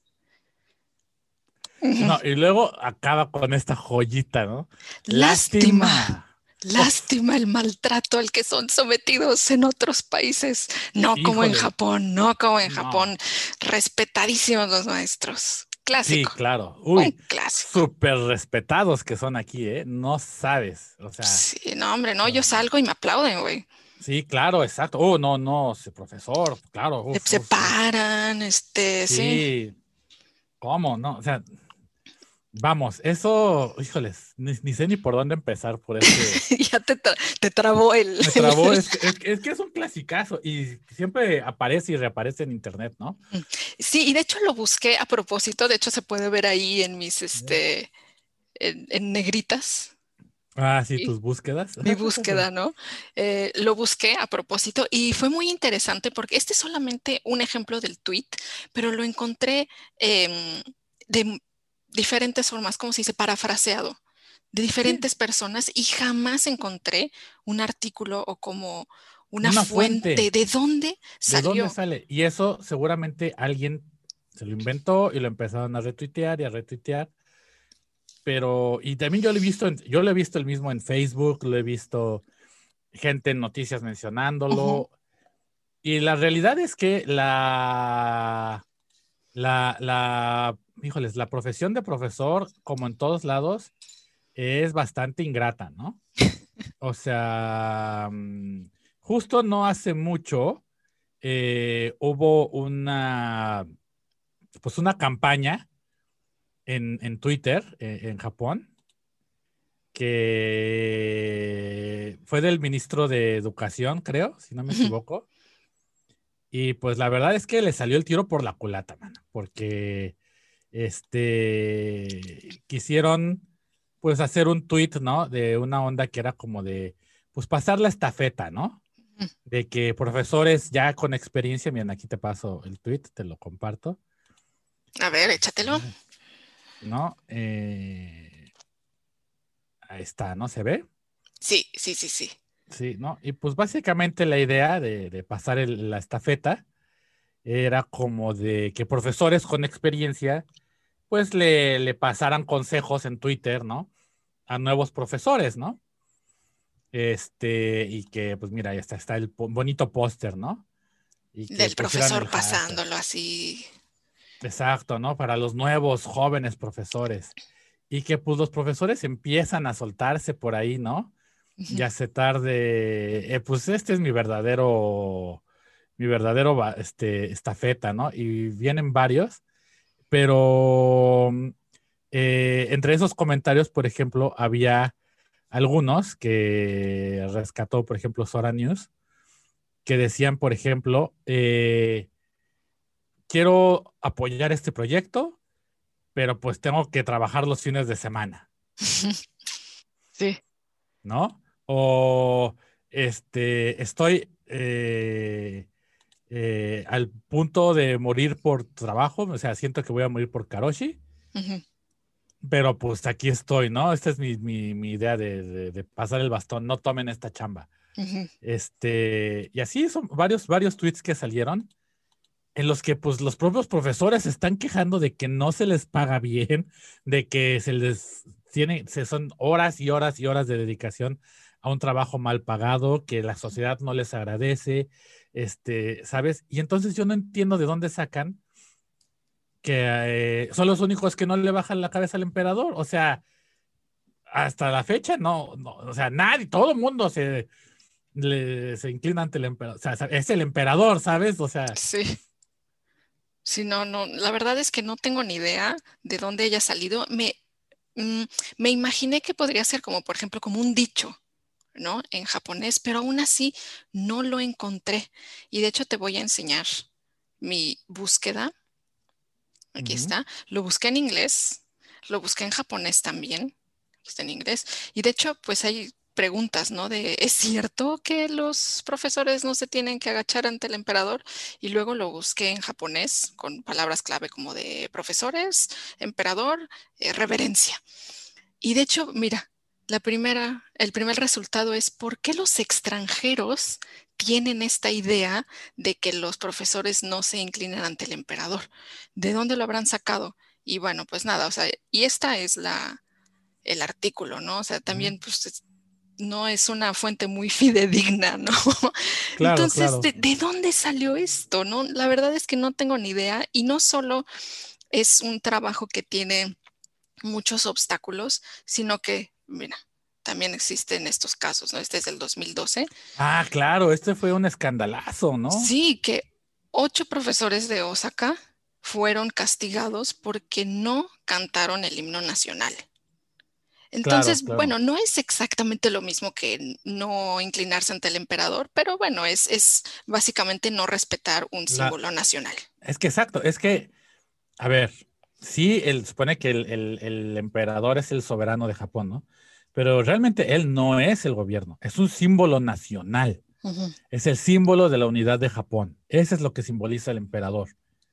Speaker 2: Ujú.
Speaker 1: no, y luego acaba con esta joyita, ¿no?
Speaker 2: Lástima,
Speaker 1: Lástima. Uf,
Speaker 2: lástima el maltrato al que son sometidos en otros países, no como en
Speaker 1: híjole,
Speaker 2: Japón, no como en Japón,
Speaker 1: no.
Speaker 2: respetadísimos los maestros.
Speaker 1: Sí,
Speaker 2: Clásico,
Speaker 1: claro.
Speaker 2: un
Speaker 1: Uy,
Speaker 2: clásico.
Speaker 1: súper respetados que son aquí, ¿eh? No sabes. O sea,
Speaker 2: Sí, no, hombre, no, yo
Speaker 1: um,
Speaker 2: salgo y me aplauden, güey.
Speaker 1: sí, claro, exacto. Oh, no, no, sí, profesor, claro,
Speaker 2: Se,
Speaker 1: uf,
Speaker 2: se
Speaker 1: uf, uf.
Speaker 2: paran, este, sí.
Speaker 1: Sí, ¿cómo? No, o sea, vamos, eso, híjoles, ni, ni sé ni por dónde empezar por este.
Speaker 2: Ya te, tra- te trabó el,
Speaker 1: Me
Speaker 2: el-
Speaker 1: trabó, es que es, que es que es un clasicazo y siempre aparece y reaparece en internet, ¿no?
Speaker 2: Sí, y de hecho lo busqué a propósito, de hecho se puede ver ahí en mis, este, en, en negritas,
Speaker 1: Ah, sí,
Speaker 2: y
Speaker 1: tus búsquedas.
Speaker 2: mi búsqueda, ¿no? Eh, lo busqué a propósito y fue muy interesante porque este es solamente un ejemplo del tweet, pero lo encontré em, de diferentes formas, como se dice, parafraseado, de
Speaker 1: Sí,
Speaker 2: diferentes personas y jamás encontré un artículo o como una
Speaker 1: una
Speaker 2: fuente
Speaker 1: fuente.
Speaker 2: de dónde
Speaker 1: ¿De dónde
Speaker 2: salió.
Speaker 1: sale? Y eso seguramente alguien se lo inventó y lo empezaron a retuitear y a retuitear. Pero, y también yo lo he visto, en- yo lo he visto el mismo en Facebook, lo he visto gente en noticias
Speaker 2: Ujú.
Speaker 1: mencionándolo. Y la realidad es que la, la, la, híjoles, la profesión de profesor, como en todos lados, es bastante ingrata, ¿no? O sea, mm, justo no hace mucho eh, hubo una, pues una campaña en, en Twitter, eh, en Japón, que fue del ministro de Educación, creo, si no me
Speaker 2: Ujú.
Speaker 1: equivoco. Y pues la verdad es que le salió el tiro por la culata, mano, porque este quisieron pues hacer un tweet, ¿no? De una onda que era como de pues pasar la estafeta, ¿no? De que profesores ya con experiencia, miren, aquí te paso el tweet, te lo comparto.
Speaker 2: A ver, échatelo.
Speaker 1: ¿No? Eh, ahí está, ¿no? ¿Se ve?
Speaker 2: Sí, sí, sí, sí.
Speaker 1: Sí, ¿no? Y pues básicamente la idea de, de pasar el- la estafeta era como de que profesores con experiencia pues le, le pasaran consejos en Twitter, ¿no? A nuevos profesores, ¿no? Este, y que pues mira, ya está, está el po- bonito póster, ¿no? Y que
Speaker 2: Del
Speaker 1: pusieran el
Speaker 2: profesor
Speaker 1: hashtag.
Speaker 2: pasándolo así.
Speaker 1: Exacto, ¿no? Para los nuevos jóvenes profesores. Y que pues los profesores empiezan a soltarse por ahí, ¿no?
Speaker 2: Ujú.
Speaker 1: Ya se tarde, eh, pues este es mi verdadero, mi verdadero, va- este, estafeta, ¿no? Y vienen varios, pero mm, eh, entre esos comentarios, por ejemplo, había algunos que rescató, por ejemplo, Sora News, que decían, por ejemplo, eh, quiero apoyar este proyecto, pero pues tengo que trabajar los fines de semana,
Speaker 2: Sí.
Speaker 1: ¿no? O este, estoy eh, eh, al punto de morir por trabajo, o sea, siento que voy a morir por Karoshi,
Speaker 2: Ujú.
Speaker 1: pero pues aquí estoy, ¿no? Esta es mi, mi, mi idea de, de, de pasar el bastón, no tomen esta chamba.
Speaker 2: Ujú.
Speaker 1: Este, y así son varios, varios tweets que salieron en los que pues los propios profesores se están quejando de que no se les paga bien, de que se les tiene, se son horas y horas y horas de dedicación a un trabajo mal pagado, que la sociedad no les agradece, este, ¿sabes? Y entonces yo no entiendo de dónde sacan que eh, son los únicos que no le bajan la cabeza al emperador. O sea, hasta la fecha no, no o sea, nadie, todo el mundo se, le, se inclina ante el emperador. O sea, es el emperador, ¿sabes? O sea,
Speaker 2: Sí, sí, no, no, la verdad es que no tengo ni idea de dónde haya salido. Me, mm, me imaginé que podría ser como, por ejemplo, como un dicho, ¿no? En japonés, pero aún así no lo encontré. Y de hecho te voy a enseñar mi búsqueda. Aquí
Speaker 1: ujú.
Speaker 2: está. Lo busqué en inglés, lo busqué en japonés también. Aquí está en inglés. Y de hecho, pues hay preguntas, ¿no? De, ¿es cierto que los profesores no se tienen que agachar ante el emperador? Y luego lo busqué en japonés con palabras clave como de profesores, emperador, eh, reverencia. Y de hecho, mira, la primera, el primer resultado es ¿por qué los extranjeros tienen esta idea de que los profesores no se inclinan ante el emperador? ¿De dónde lo habrán sacado? Y bueno, pues nada, o sea, y esta es la, el artículo, ¿no? O sea,
Speaker 1: Ujú.
Speaker 2: también pues es- no es una fuente muy fidedigna, ¿no?
Speaker 1: Claro,
Speaker 2: Entonces,
Speaker 1: claro.
Speaker 2: ¿de, de dónde salió esto? ¿No? La verdad es que no tengo ni idea y no solo es un trabajo que tiene muchos obstáculos, sino que, mira, también existen estos casos, ¿no? Este es del dos mil doce.
Speaker 1: Ah, claro, este fue un escandalazo, ¿no?
Speaker 2: Sí, que ocho profesores de Osaka fueron castigados porque no cantaron el himno nacional.
Speaker 1: Claro,
Speaker 2: Entonces,
Speaker 1: claro.
Speaker 2: bueno, no es exactamente lo mismo que no inclinarse ante el emperador, pero bueno, es, es básicamente no respetar un
Speaker 1: La,
Speaker 2: símbolo nacional.
Speaker 1: es que exacto, es que, a ver, sí, él supone que el, el, el emperador es el soberano de Japón, ¿no? Pero realmente él no es el gobierno, es un símbolo nacional,
Speaker 2: Ujú.
Speaker 1: es el símbolo de la unidad de Japón. Ese es lo que simboliza el emperador.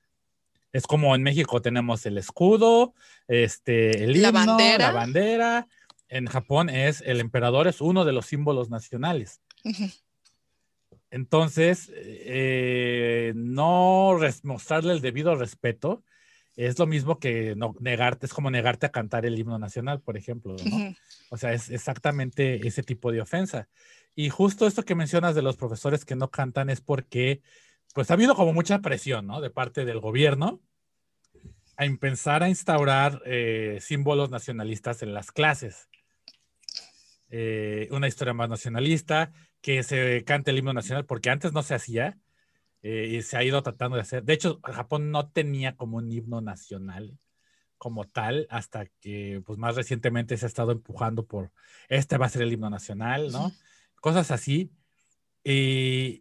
Speaker 1: Es como en México tenemos el escudo, este, el
Speaker 2: La
Speaker 1: himno, la
Speaker 2: bandera,
Speaker 1: bandera. En Japón es el emperador es uno de los símbolos nacionales.
Speaker 2: ujú,
Speaker 1: Entonces, eh, no res- mostrarle el debido respeto es lo mismo que no negarte, es como negarte a cantar el himno nacional, por ejemplo, ¿no?
Speaker 2: ujú,
Speaker 1: O sea, es exactamente ese tipo de ofensa. Y justo esto que mencionas de los profesores que no cantan es porque, pues ha habido como mucha presión, ¿no? De parte del gobierno a empezar a instaurar eh, símbolos nacionalistas en las clases. Eh, una historia más nacionalista, que se cante el himno nacional, porque antes no se hacía eh, y se ha ido tratando de hacer. De hecho, Japón no tenía como un himno nacional como tal, hasta que pues más recientemente se ha estado empujando por este va a ser el himno nacional,
Speaker 2: ujú.
Speaker 1: ¿no? Cosas así. Y,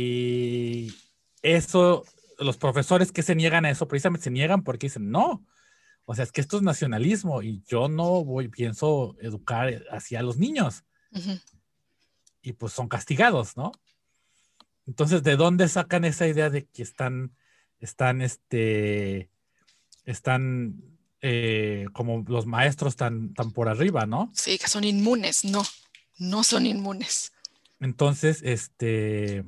Speaker 1: y eso, los profesores que se niegan a eso, precisamente se niegan porque dicen, no, o sea, es que esto es nacionalismo y yo no voy, pienso educar hacia los niños
Speaker 2: Ujú.
Speaker 1: y pues son castigados, ¿no? Entonces, ¿de dónde sacan esa idea de que están, están, este, están eh, como los maestros tan, tan por arriba, ¿no?
Speaker 2: Sí, que son inmunes. No, no son inmunes.
Speaker 1: Entonces, este,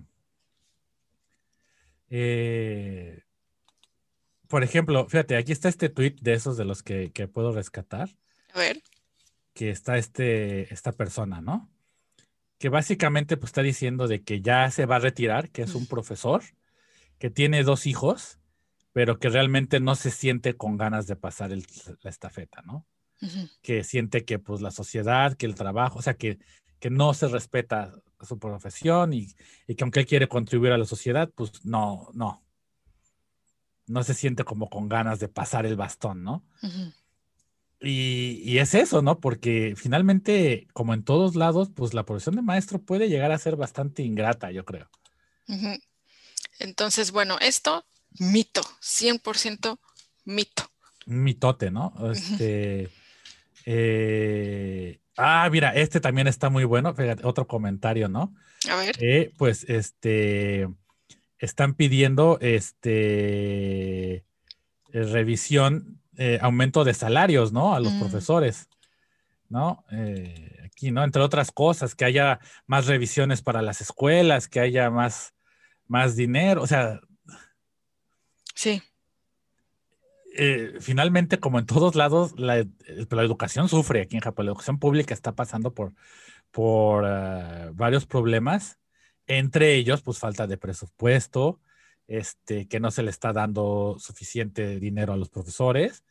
Speaker 1: eh, por ejemplo, fíjate, aquí está este tweet de esos de los que, que puedo rescatar,
Speaker 2: A ver.
Speaker 1: que está este, esta persona, ¿no? Que básicamente pues está diciendo de que ya se va a retirar, que es un profesor, que tiene dos hijos, pero que realmente no se siente con ganas de pasar el- la estafeta, ¿no?
Speaker 2: Ujú,
Speaker 1: Que siente que pues la sociedad, que el trabajo, o sea, que, que no se respeta su profesión y, y que aunque él quiere contribuir a la sociedad, pues no, no, no se siente como con ganas de pasar el bastón, ¿no?
Speaker 2: ujú,
Speaker 1: Y, y es eso, ¿no? Porque finalmente, como en todos lados, pues la profesión de maestro puede llegar a ser bastante ingrata, yo creo.
Speaker 2: ujú. Entonces, bueno, esto, mito, cien por ciento mito.
Speaker 1: Un mitote, ¿no?
Speaker 2: Ujú.
Speaker 1: Este, eh, ah, mira, este también está muy bueno. Fíjate, otro comentario, ¿no?
Speaker 2: A ver.
Speaker 1: Eh, pues, este, están pidiendo, este, eh, revisión eh, aumento de salarios, ¿no? A los
Speaker 2: Mm.
Speaker 1: profesores, ¿no? Eh, aquí, ¿no? Entre otras cosas, que haya más revisiones para las escuelas, que haya más, más dinero, o sea,
Speaker 2: Sí.
Speaker 1: eh, finalmente, como en todos lados, la, eh, la educación sufre aquí en Japón. La educación pública está pasando por, por uh, varios problemas, entre ellos, pues falta de presupuesto, este, que no se le está dando suficiente dinero a los profesores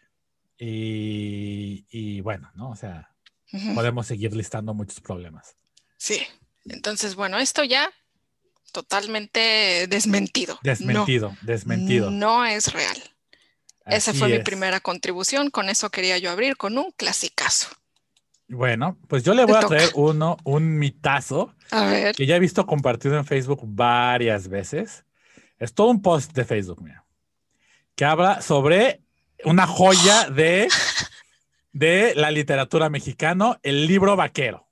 Speaker 1: y, y bueno, ¿no? O sea,
Speaker 2: Ujú.
Speaker 1: podemos seguir listando muchos problemas.
Speaker 2: Sí. Entonces, bueno, esto ya totalmente desmentido. No,
Speaker 1: Desmentido, desmentido.
Speaker 2: no es real. Esa fue
Speaker 1: Así
Speaker 2: mi
Speaker 1: es.
Speaker 2: primera contribución. Con eso quería yo abrir con un clasicazo.
Speaker 1: Bueno, pues yo le
Speaker 2: Te
Speaker 1: voy a
Speaker 2: toca.
Speaker 1: traer uno, un mitazo
Speaker 2: A ver.
Speaker 1: que ya he visto compartido en Facebook varias veces. Es todo un post de Facebook, mira, que habla sobre una joya de, de la literatura mexicana, el libro vaquero.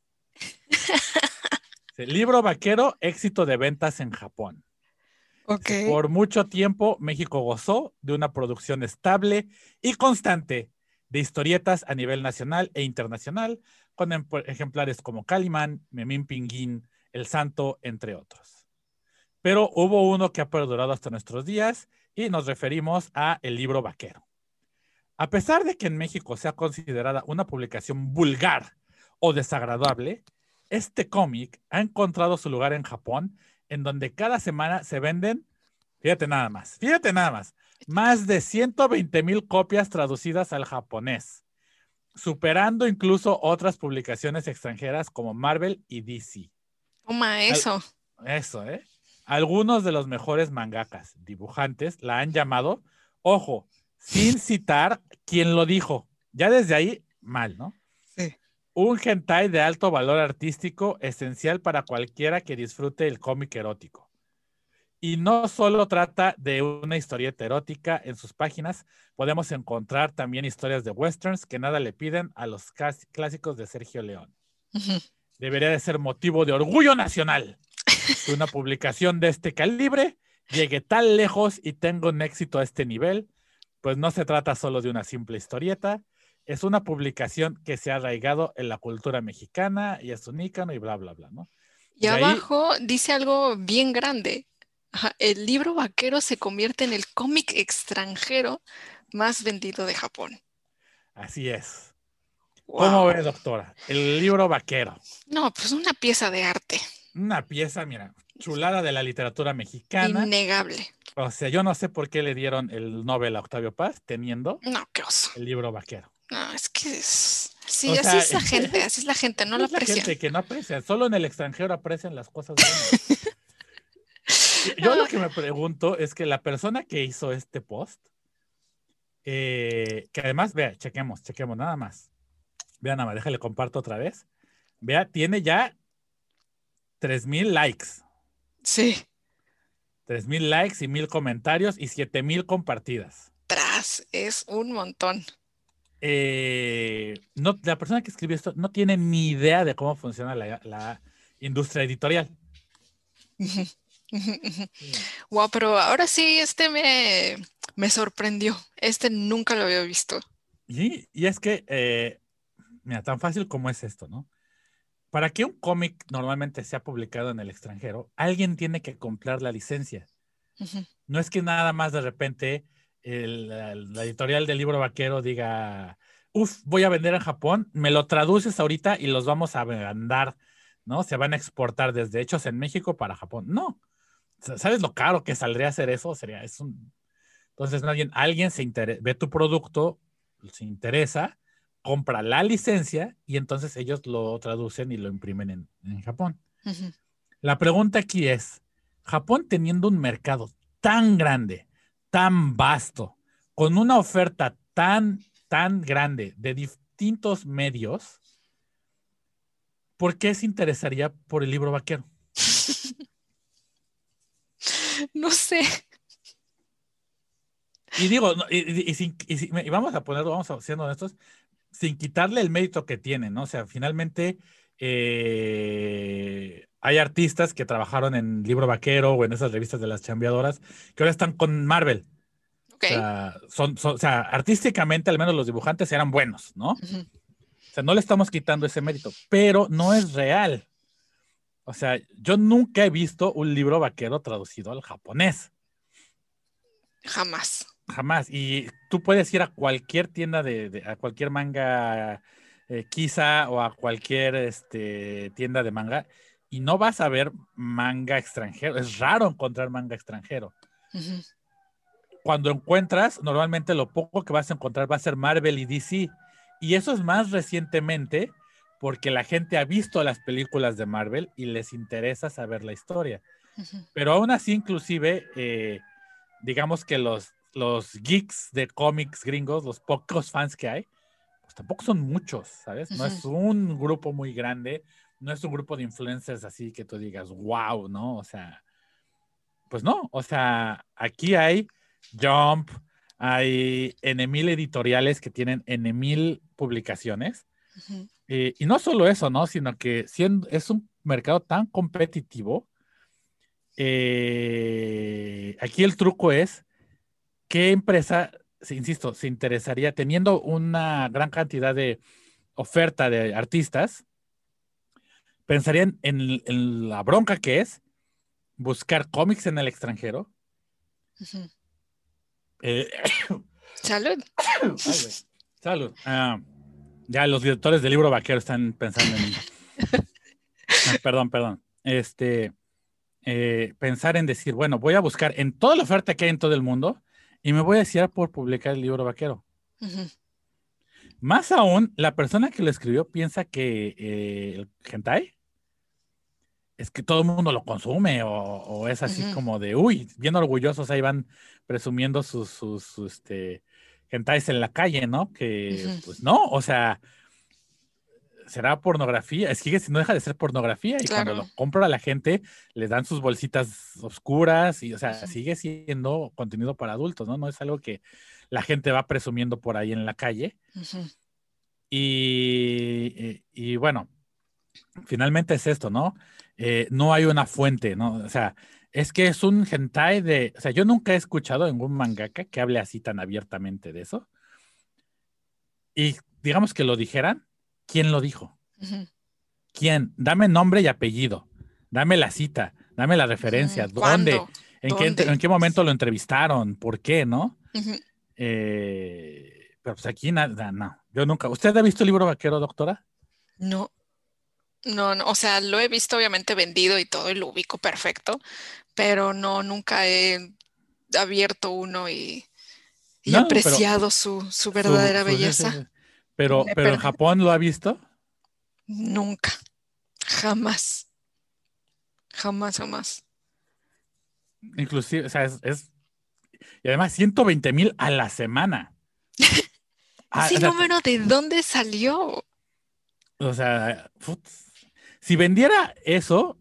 Speaker 1: El libro vaquero, éxito de ventas en Japón.
Speaker 2: Ok.
Speaker 1: Por mucho tiempo, México gozó de una producción estable y constante de historietas a nivel nacional e internacional, con ejemplares como Calimán, Memín Pinguín, El Santo, entre otros. Pero hubo uno que ha perdurado hasta nuestros días y nos referimos a El Libro Vaquero. A pesar de que en México sea considerada una publicación vulgar o desagradable, este cómic ha encontrado su lugar en Japón, en donde cada semana se venden, fíjate nada más, fíjate nada más, más de ciento veinte mil copias traducidas al japonés, superando incluso otras publicaciones extranjeras como Marvel y D C.
Speaker 2: Toma
Speaker 1: Al,
Speaker 2: eso.
Speaker 1: eso, ¿eh? Algunos de los mejores mangakas, dibujantes, la han llamado, ojo, sin citar quién lo dijo. Ya desde ahí, mal, ¿no?
Speaker 2: Sí.
Speaker 1: Un hentai de alto valor artístico esencial para cualquiera que disfrute el cómic erótico. Y no solo trata de una historieta erótica en sus páginas, podemos encontrar también historias de westerns que nada le piden a los clásicos de Sergio León.
Speaker 2: Ujú.
Speaker 1: Debería de ser motivo de orgullo nacional que una publicación de este calibre llegue tan lejos y tenga un éxito a este nivel, pues no se trata solo de una simple historieta, es una publicación que se ha arraigado en la cultura mexicana y es un ícono y bla, bla, bla, ¿no?
Speaker 2: Y
Speaker 1: De ahí,
Speaker 2: abajo dice algo bien grande. Ajá, el libro vaquero se convierte en el cómic extranjero más vendido de Japón.
Speaker 1: así es. ¿Cómo
Speaker 2: Wow.
Speaker 1: ve, doctora? El libro vaquero.
Speaker 2: No, pues una pieza de arte.
Speaker 1: Una pieza, mira, chulada de la literatura mexicana.
Speaker 2: Innegable.
Speaker 1: O sea, yo no sé por qué le dieron el Nobel a Octavio Paz teniendo
Speaker 2: No, qué oso.
Speaker 1: el libro vaquero.
Speaker 2: No, es que es... Sí,
Speaker 1: O
Speaker 2: así
Speaker 1: sea,
Speaker 2: es la gente, así es la gente, no
Speaker 1: así
Speaker 2: la
Speaker 1: es la
Speaker 2: aprecian.
Speaker 1: gente que no aprecia. Solo en el extranjero aprecian las cosas buenas. Yo lo
Speaker 2: Ah,
Speaker 1: que me pregunto es que la persona que hizo este post, eh, que además, vea, chequemos, chequemos, nada más. Vea, nada más, déjale comparto otra vez. Vea, tiene ya tres mil likes.
Speaker 2: sí,
Speaker 1: Tres mil likes y mil comentarios y siete mil compartidas.
Speaker 2: tras, es un montón.
Speaker 1: Eh, no, la persona que escribió esto no tiene ni idea de cómo funciona la, la industria editorial. Sí.
Speaker 2: Wow, pero ahora sí, este me, me sorprendió. Este nunca lo había visto.
Speaker 1: Y, y es que, eh, mira, tan fácil como es esto, ¿no? Para que un cómic normalmente sea publicado en el extranjero, alguien tiene que comprar la licencia.
Speaker 2: Ujú.
Speaker 1: No es que nada más de repente el, la, la editorial del libro vaquero diga, uff, voy a vender en Japón, me lo traduces ahorita y los vamos a mandar, ¿no? Se van a exportar desde hechos en México para Japón. No. ¿Sabes lo caro que saldría hacer eso? Sería, es un... Entonces, alguien, alguien se interesa, ve tu producto, se interesa, compra la licencia y entonces ellos lo traducen y lo imprimen en, en Japón.
Speaker 2: Ujú.
Speaker 1: La pregunta aquí es, Japón teniendo un mercado tan grande, tan vasto, con una oferta tan, tan grande de distintos medios, ¿por qué se interesaría por el libro vaquero?
Speaker 2: No sé.
Speaker 1: Y digo, no, y, y, y, sin, y, sin, y, vamos a ponerlo, vamos a siendo honestos, sin quitarle el mérito que tiene, ¿no? O sea, finalmente eh, hay artistas que trabajaron en Libro Vaquero o en esas revistas de las chambeadoras que ahora están con Marvel.
Speaker 2: Ok.
Speaker 1: O sea, son, son- o sea, artísticamente al menos los dibujantes eran buenos, ¿no?
Speaker 2: Ujú.
Speaker 1: O sea, no le estamos quitando ese mérito, pero no es real. O sea, yo nunca he visto un libro vaquero traducido al japonés.
Speaker 2: Jamás.
Speaker 1: Jamás. Y tú puedes ir a cualquier tienda de, de- a cualquier manga eh, Kisa o a cualquier este, tienda de manga y no vas a ver manga extranjero. Es raro encontrar manga extranjero.
Speaker 2: Ujú.
Speaker 1: Cuando encuentras, normalmente lo poco que vas a encontrar va a ser Marvel y D C. Y eso es más recientemente porque la gente ha visto las películas de Marvel y les interesa saber la historia.
Speaker 2: Ujú.
Speaker 1: Pero aún así, inclusive, eh, digamos que los, los geeks de cómics gringos, los pocos fans que hay, pues tampoco son muchos, ¿sabes? No
Speaker 2: Ujú.
Speaker 1: es un grupo muy grande, no es un grupo de influencers así que tú digas, wow, ¿no? O sea, pues no, o sea, aquí hay Jump, hay N mil editoriales que tienen N mil publicaciones.
Speaker 2: Ujú.
Speaker 1: Eh, y no solo eso, ¿no? Sino que siendo, es un mercado tan competitivo. Eh, aquí el truco es qué empresa, si- insisto, se interesaría teniendo una gran cantidad de oferta de artistas, pensarían en, en la bronca que es buscar cómics en el extranjero.
Speaker 2: Ujú.
Speaker 1: Eh,
Speaker 2: Salud.
Speaker 1: ay, güey. Salud. Ah, ya los directores del libro vaquero están pensando en mí. Ah, perdón, perdón. Este, eh, pensar en decir, bueno, voy a buscar en toda la oferta que hay en todo el mundo y me voy a decir por publicar el libro vaquero.
Speaker 2: Ujú.
Speaker 1: Más aún, la persona que lo escribió piensa que eh, el hentai es que todo el mundo lo consume o, o es así
Speaker 2: Ujú.
Speaker 1: como de, uy, bien orgullosos, ahí van presumiendo sus, sus, sus, este, hentais en la calle, ¿no? Que
Speaker 2: Ujú.
Speaker 1: pues no, o sea, será pornografía, es que no deja de ser pornografía y cuando
Speaker 2: Claro.
Speaker 1: lo compra la gente le dan sus bolsitas oscuras y, o sea,
Speaker 2: Ujú.
Speaker 1: sigue siendo contenido para adultos, ¿no? No es algo que la gente va presumiendo por ahí en la calle.
Speaker 2: Ujú.
Speaker 1: Y, y, y bueno, finalmente es esto, ¿no? Eh, no hay una fuente, ¿no? O sea, es que es un hentai de, o sea, yo nunca he escuchado en un mangaka que hable así tan abiertamente de eso. Y digamos que lo dijeran, ¿quién lo dijo?
Speaker 2: Ujú.
Speaker 1: ¿Quién? Dame nombre y apellido. Dame la cita, dame la
Speaker 2: Ujú.
Speaker 1: referencia, ¿dónde?
Speaker 2: ¿Cuándo?
Speaker 1: ¿En qué,
Speaker 2: ¿Dónde?
Speaker 1: en qué momento lo entrevistaron? ¿Por qué, no?
Speaker 2: Ujú.
Speaker 1: Eh, pero pues aquí nada, no. Yo nunca. ¿Usted ha visto el libro vaquero, doctora?
Speaker 2: No, no, no. O sea, lo he visto obviamente vendido y todo y lo ubico perfecto, pero no, nunca he abierto uno y, y
Speaker 1: No, pero
Speaker 2: apreciado su, su
Speaker 1: su,
Speaker 2: verdadera
Speaker 1: su- sí, sí,
Speaker 2: belleza.
Speaker 1: sí. Pero,
Speaker 2: Me he
Speaker 1: pero en
Speaker 2: perdido.
Speaker 1: Japón lo ha visto.
Speaker 2: Nunca, jamás, jamás, jamás.
Speaker 1: Inclusive, o sea, es, es- y además ciento veinte mil a la semana. Ah,
Speaker 2: ¿Ese
Speaker 1: o sea, te-
Speaker 2: número de dónde salió?
Speaker 1: o sea, put, si vendiera eso,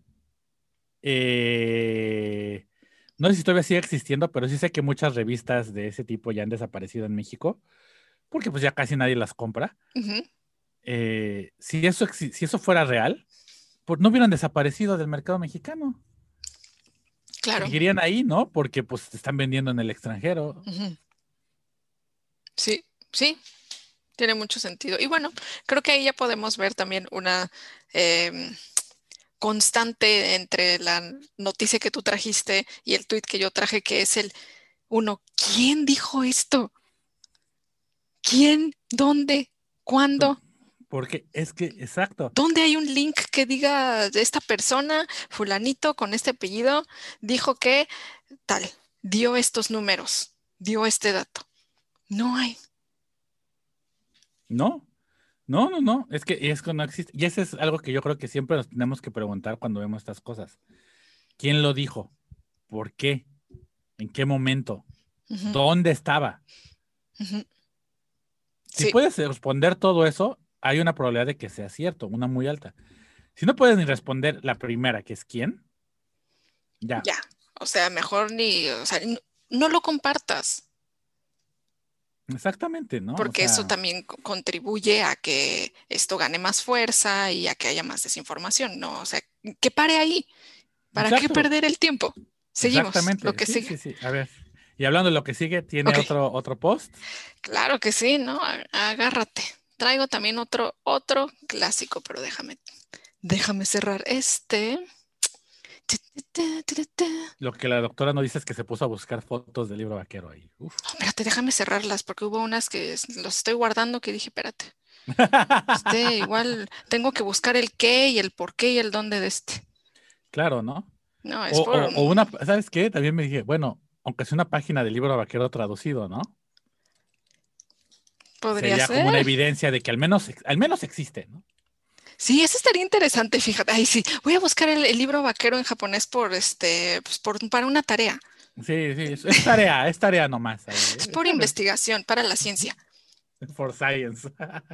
Speaker 1: eh, no sé si todavía sigue existiendo, pero sí sé que muchas revistas de ese tipo ya han desaparecido en México, porque pues ya casi nadie las compra.
Speaker 2: Ujú.
Speaker 1: Eh, si eso, exi- si eso fuera real, pues no hubieran desaparecido del mercado mexicano.
Speaker 2: Claro.
Speaker 1: Seguirían ahí, ¿no? Porque pues se están vendiendo en el extranjero.
Speaker 2: Ujú. Sí, sí, tiene mucho sentido. Y bueno, creo que ahí ya podemos ver también una em, constante entre la noticia que tú trajiste y el tuit que yo traje, que es el uno, ¿quién dijo esto? ¿Quién? ¿Dónde? ¿Cuándo?
Speaker 1: Porque es que, exacto,
Speaker 2: ¿Dónde hay un link que diga de esta persona, fulanito con este apellido, dijo que tal, dio estos números, dio este dato? No hay.
Speaker 1: ¿no? No, no, no, es que es que no existe. Y eso es algo que yo creo que siempre nos tenemos que preguntar cuando vemos estas cosas. ¿Quién lo dijo? ¿Por qué? ¿En qué momento?
Speaker 2: Ujú.
Speaker 1: ¿Dónde estaba?
Speaker 2: Ujú.
Speaker 1: Si
Speaker 2: Sí,
Speaker 1: puedes responder todo eso, hay una probabilidad de que sea cierto, una muy alta. Si no puedes ni responder la primera, que es quién, ya,
Speaker 2: ya. O sea, mejor ni, o sea, n- no lo compartas,
Speaker 1: exactamente, ¿no? O
Speaker 2: porque eso
Speaker 1: sea,
Speaker 2: también co- contribuye a que esto gane más fuerza y a que haya más desinformación, ¿no? O sea, que pare ahí. ¿Para qué
Speaker 1: exacto,
Speaker 2: perder el tiempo? Seguimos, lo
Speaker 1: exactamente,
Speaker 2: que
Speaker 1: sí,
Speaker 2: sigue.
Speaker 1: sí, sí. A ver, Y hablando de lo que sigue, ¿tiene
Speaker 2: Ok,
Speaker 1: otro, otro post?
Speaker 2: claro que sí, ¿no? A- Agárrate. Traigo también otro, otro clásico, pero déjame, déjame cerrar este. Tu, tu, tu, tu, tu.
Speaker 1: Lo que la doctora no dice es que se puso a buscar fotos del libro vaquero ahí. Uf.
Speaker 2: Oh, espérate, déjame cerrarlas porque hubo unas que es- los estoy guardando que dije, espérate. Este, igual tengo que buscar el qué y el por qué y el dónde de este.
Speaker 1: Claro, ¿no?
Speaker 2: No,
Speaker 1: O,
Speaker 2: es por...
Speaker 1: o, o una, ¿sabes qué? También me dije, bueno, aunque sea una página del libro vaquero traducido, ¿no?
Speaker 2: Podría
Speaker 1: Sería como
Speaker 2: ser.
Speaker 1: una evidencia de que al menos, ex- al menos existe, ¿no?
Speaker 2: Sí, eso estaría interesante, fíjate. Ay, sí, voy a buscar el, el libro vaquero en japonés por este, pues por, para una tarea.
Speaker 1: Sí, sí, es, es tarea, es tarea nomás ahí,
Speaker 2: Es
Speaker 1: ¿eh?
Speaker 2: por investigación para la ciencia.
Speaker 1: For science.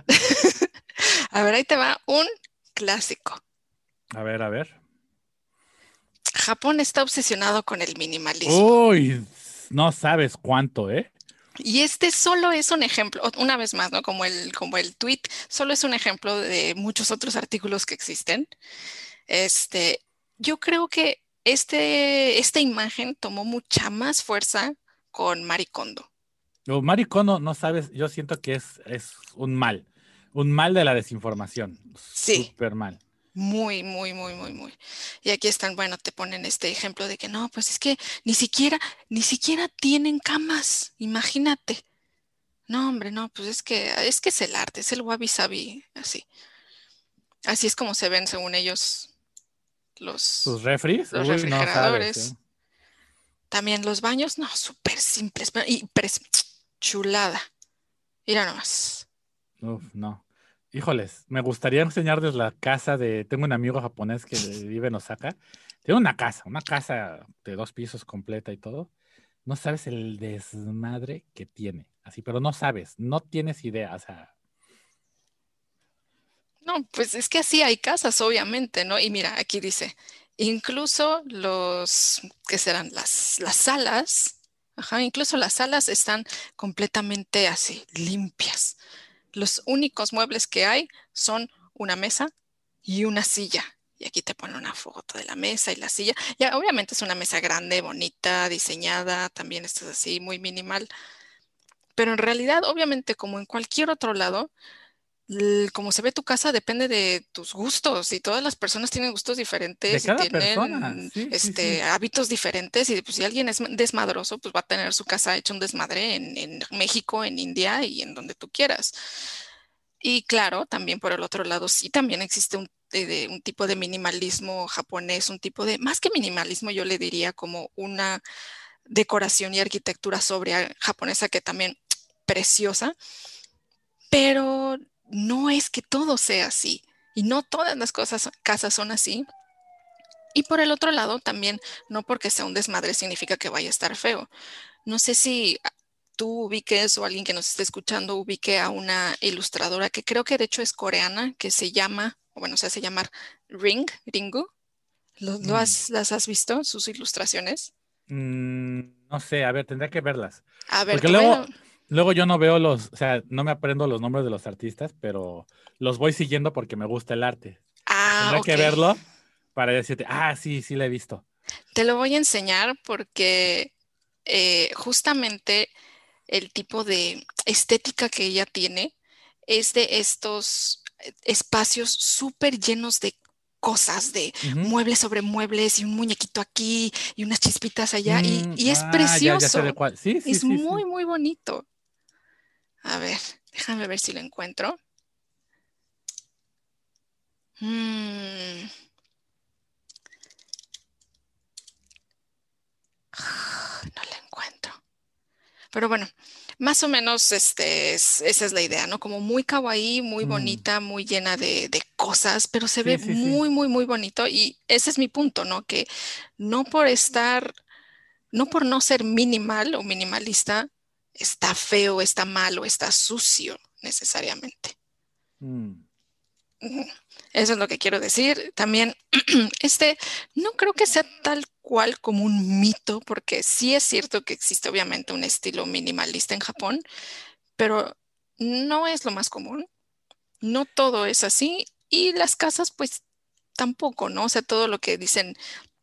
Speaker 2: A ver, ahí te va un clásico.
Speaker 1: A ver, a ver.
Speaker 2: Japón está obsesionado con el minimalismo.
Speaker 1: Uy, no sabes cuánto, ¿eh?
Speaker 2: Y este solo es un ejemplo, o- una vez más, ¿no? Como el, como el tweet, solo es un ejemplo de muchos otros artículos que existen. Este, yo creo que este, esta imagen tomó mucha más fuerza con Marie Kondo.
Speaker 1: Lo maricono, no sabes, yo siento que es, es un mal, un mal de la desinformación,
Speaker 2: Sí,
Speaker 1: súper mal.
Speaker 2: muy, muy, muy, muy, muy. Y aquí están, bueno, te ponen este ejemplo de que no, pues es que ni siquiera, ni siquiera tienen camas, imagínate. No, hombre, no, pues es que, es que es el arte, es el wabi sabi, así. Así es como se ven, según ellos,
Speaker 1: Sus
Speaker 2: los,
Speaker 1: refries,
Speaker 2: los
Speaker 1: uy, no sabes, ¿eh?
Speaker 2: refrigeradores. También los baños, no, súper simples, pero- y pres- chulada. Mira nomás.
Speaker 1: Uf, no. Híjoles, me gustaría enseñarles la casa de, tengo un amigo japonés que vive en Osaka, tiene una casa, una casa de dos pisos completa y todo. No sabes el desmadre que tiene, así, pero no sabes, no tienes idea, o sea,
Speaker 2: No, pues es que así hay casas, obviamente, ¿no? Y mira, aquí dice, incluso los, ¿qué serán? Las, las salas, ajá, incluso las salas están completamente así, limpias. Los únicos muebles que hay son una mesa y una silla. Y aquí te pone una foto de la mesa y la silla. Ya, obviamente es una mesa grande, bonita, diseñada, también esto es así, muy minimal. Pero en realidad, obviamente, como en cualquier otro lado, l- como se ve tu casa depende de tus gustos y todas las personas tienen gustos
Speaker 1: de
Speaker 2: diferentes y
Speaker 1: cada persona,
Speaker 2: tienen
Speaker 1: sí, sí, sí.
Speaker 2: este, hábitos diferentes y pues, si alguien es desmadroso, pues va a tener su casa hecha un desmadre en, en México, en India y en donde tú quieras. Y claro, también por el otro lado, sí, también existe un, de- de- un tipo de minimalismo japonés, un tipo de, más que minimalismo, yo le diría como una decoración y arquitectura sobria japonesa que también preciosa, pero no es que todo sea así y no todas las cosas, casas son así. Y por el otro lado, también no porque sea un desmadre significa que vaya a estar feo. No sé si tú ubiques o alguien que nos esté escuchando ubique a una ilustradora que creo que de hecho es coreana, que se llama, o bueno, se hace llamar Ring, Ringu. ¿Lo, lo
Speaker 1: Mm.
Speaker 2: has, las has visto, sus ilustraciones?
Speaker 1: Mm, no sé, a ver, tendría que verlas.
Speaker 2: A ver,
Speaker 1: Porque
Speaker 2: te voy a...
Speaker 1: luego, luego yo no veo los, o sea, no me aprendo los nombres de los artistas, pero los voy siguiendo porque me gusta el arte.
Speaker 2: Ah,
Speaker 1: Tendré
Speaker 2: ok.
Speaker 1: que verlo para decirte, ah, sí, sí la he visto.
Speaker 2: Te lo voy a enseñar porque eh, justamente el tipo de estética que ella tiene es de estos eh, espacios súper llenos de cosas, de
Speaker 1: Ujú.
Speaker 2: muebles sobre muebles y un muñequito aquí y unas chispitas allá y,
Speaker 1: Mm,
Speaker 2: y es
Speaker 1: ah, ya, ya sé de
Speaker 2: precioso,
Speaker 1: cuál. Sí, sí,
Speaker 2: es
Speaker 1: sí,
Speaker 2: muy,
Speaker 1: sí.
Speaker 2: muy bonito. A ver, déjame ver si lo encuentro. Mm, no lo encuentro. Pero bueno, más o menos este es- esa es la idea, ¿no? Como muy kawaii, muy
Speaker 1: Mm,
Speaker 2: bonita, muy llena de, de cosas, pero se ve
Speaker 1: sí, sí, sí.
Speaker 2: muy, muy, muy bonito. Y ese es mi punto, ¿no? Que no por estar, no por no ser minimal o minimalista, está feo, está mal o está sucio necesariamente.
Speaker 1: Mm,
Speaker 2: Ujú. Eso es lo que quiero decir. También, este, no creo que sea tal cual como un mito, porque sí es cierto que existe obviamente un estilo minimalista en Japón, pero no es lo más común. No todo es así y las casas pues tampoco, ¿no? O sea, todo lo que dicen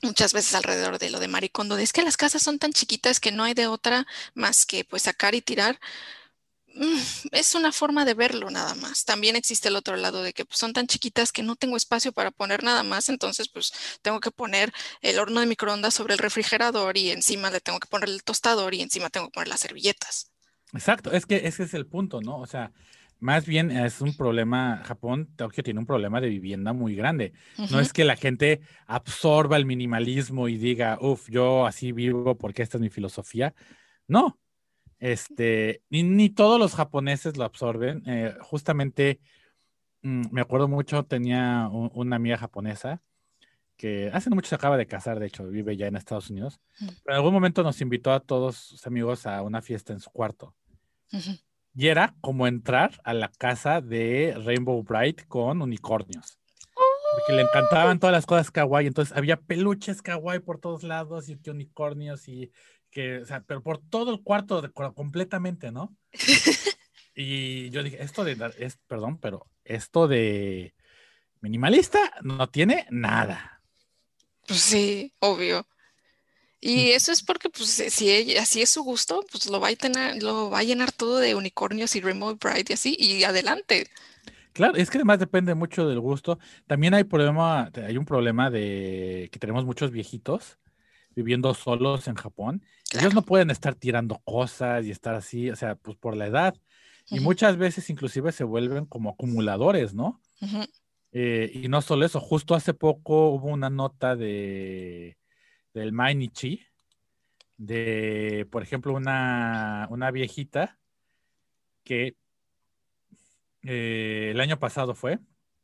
Speaker 2: muchas veces alrededor de lo de Marie Kondo, de es que las casas son tan chiquitas que no hay de otra más que pues sacar y tirar. Mm, Es una forma de verlo nada más. También existe el otro lado de que pues, son tan chiquitas que no tengo espacio para poner nada más, entonces pues tengo que poner el horno de microondas sobre el refrigerador y encima le tengo que poner el tostador y encima tengo que poner las servilletas.
Speaker 1: Exacto, es que ese es el punto, ¿no? O sea, más bien es un problema, Japón, Tokio tiene un problema de vivienda muy grande. No
Speaker 2: Ujú,
Speaker 1: es que la gente absorba el minimalismo y diga, uff, yo así vivo porque esta es mi filosofía. No, este, ni, ni todos los japoneses lo absorben. Eh, justamente, mm, me acuerdo mucho, tenía un- una amiga japonesa que hace no mucho se acaba de casar, de hecho, vive ya en Estados Unidos, pero en algún momento nos invitó a todos sus amigos a una fiesta en su cuarto.
Speaker 2: ujú.
Speaker 1: Y era como entrar a la casa de Rainbow Bright con unicornios. Porque le encantaban todas las cosas kawaii. Entonces había peluches kawaii por todos lados y que unicornios y que, o sea, pero por todo el cuarto de- completamente, ¿no? Y yo dije, esto de, es, perdón, pero esto de minimalista no tiene nada.
Speaker 2: Pues sí, obvio. Y eso es porque, pues, si si ella- así es su gusto, pues lo va a tener, lo va a llenar todo de unicornios y Rainbow Bright y así, y adelante.
Speaker 1: Claro, es que además depende mucho del gusto. También hay problema, hay un problema de que tenemos muchos viejitos viviendo solos en Japón. Ellos
Speaker 2: Claro.
Speaker 1: no pueden estar tirando cosas y estar así, o sea, pues por la edad. Y
Speaker 2: Ujú,
Speaker 1: muchas veces inclusive se vuelven como acumuladores, ¿no?
Speaker 2: ujú.
Speaker 1: Eh, y no solo eso, justo hace poco hubo una nota de del Mainichi, de, por ejemplo, una, una viejita que eh, el año pasado fue,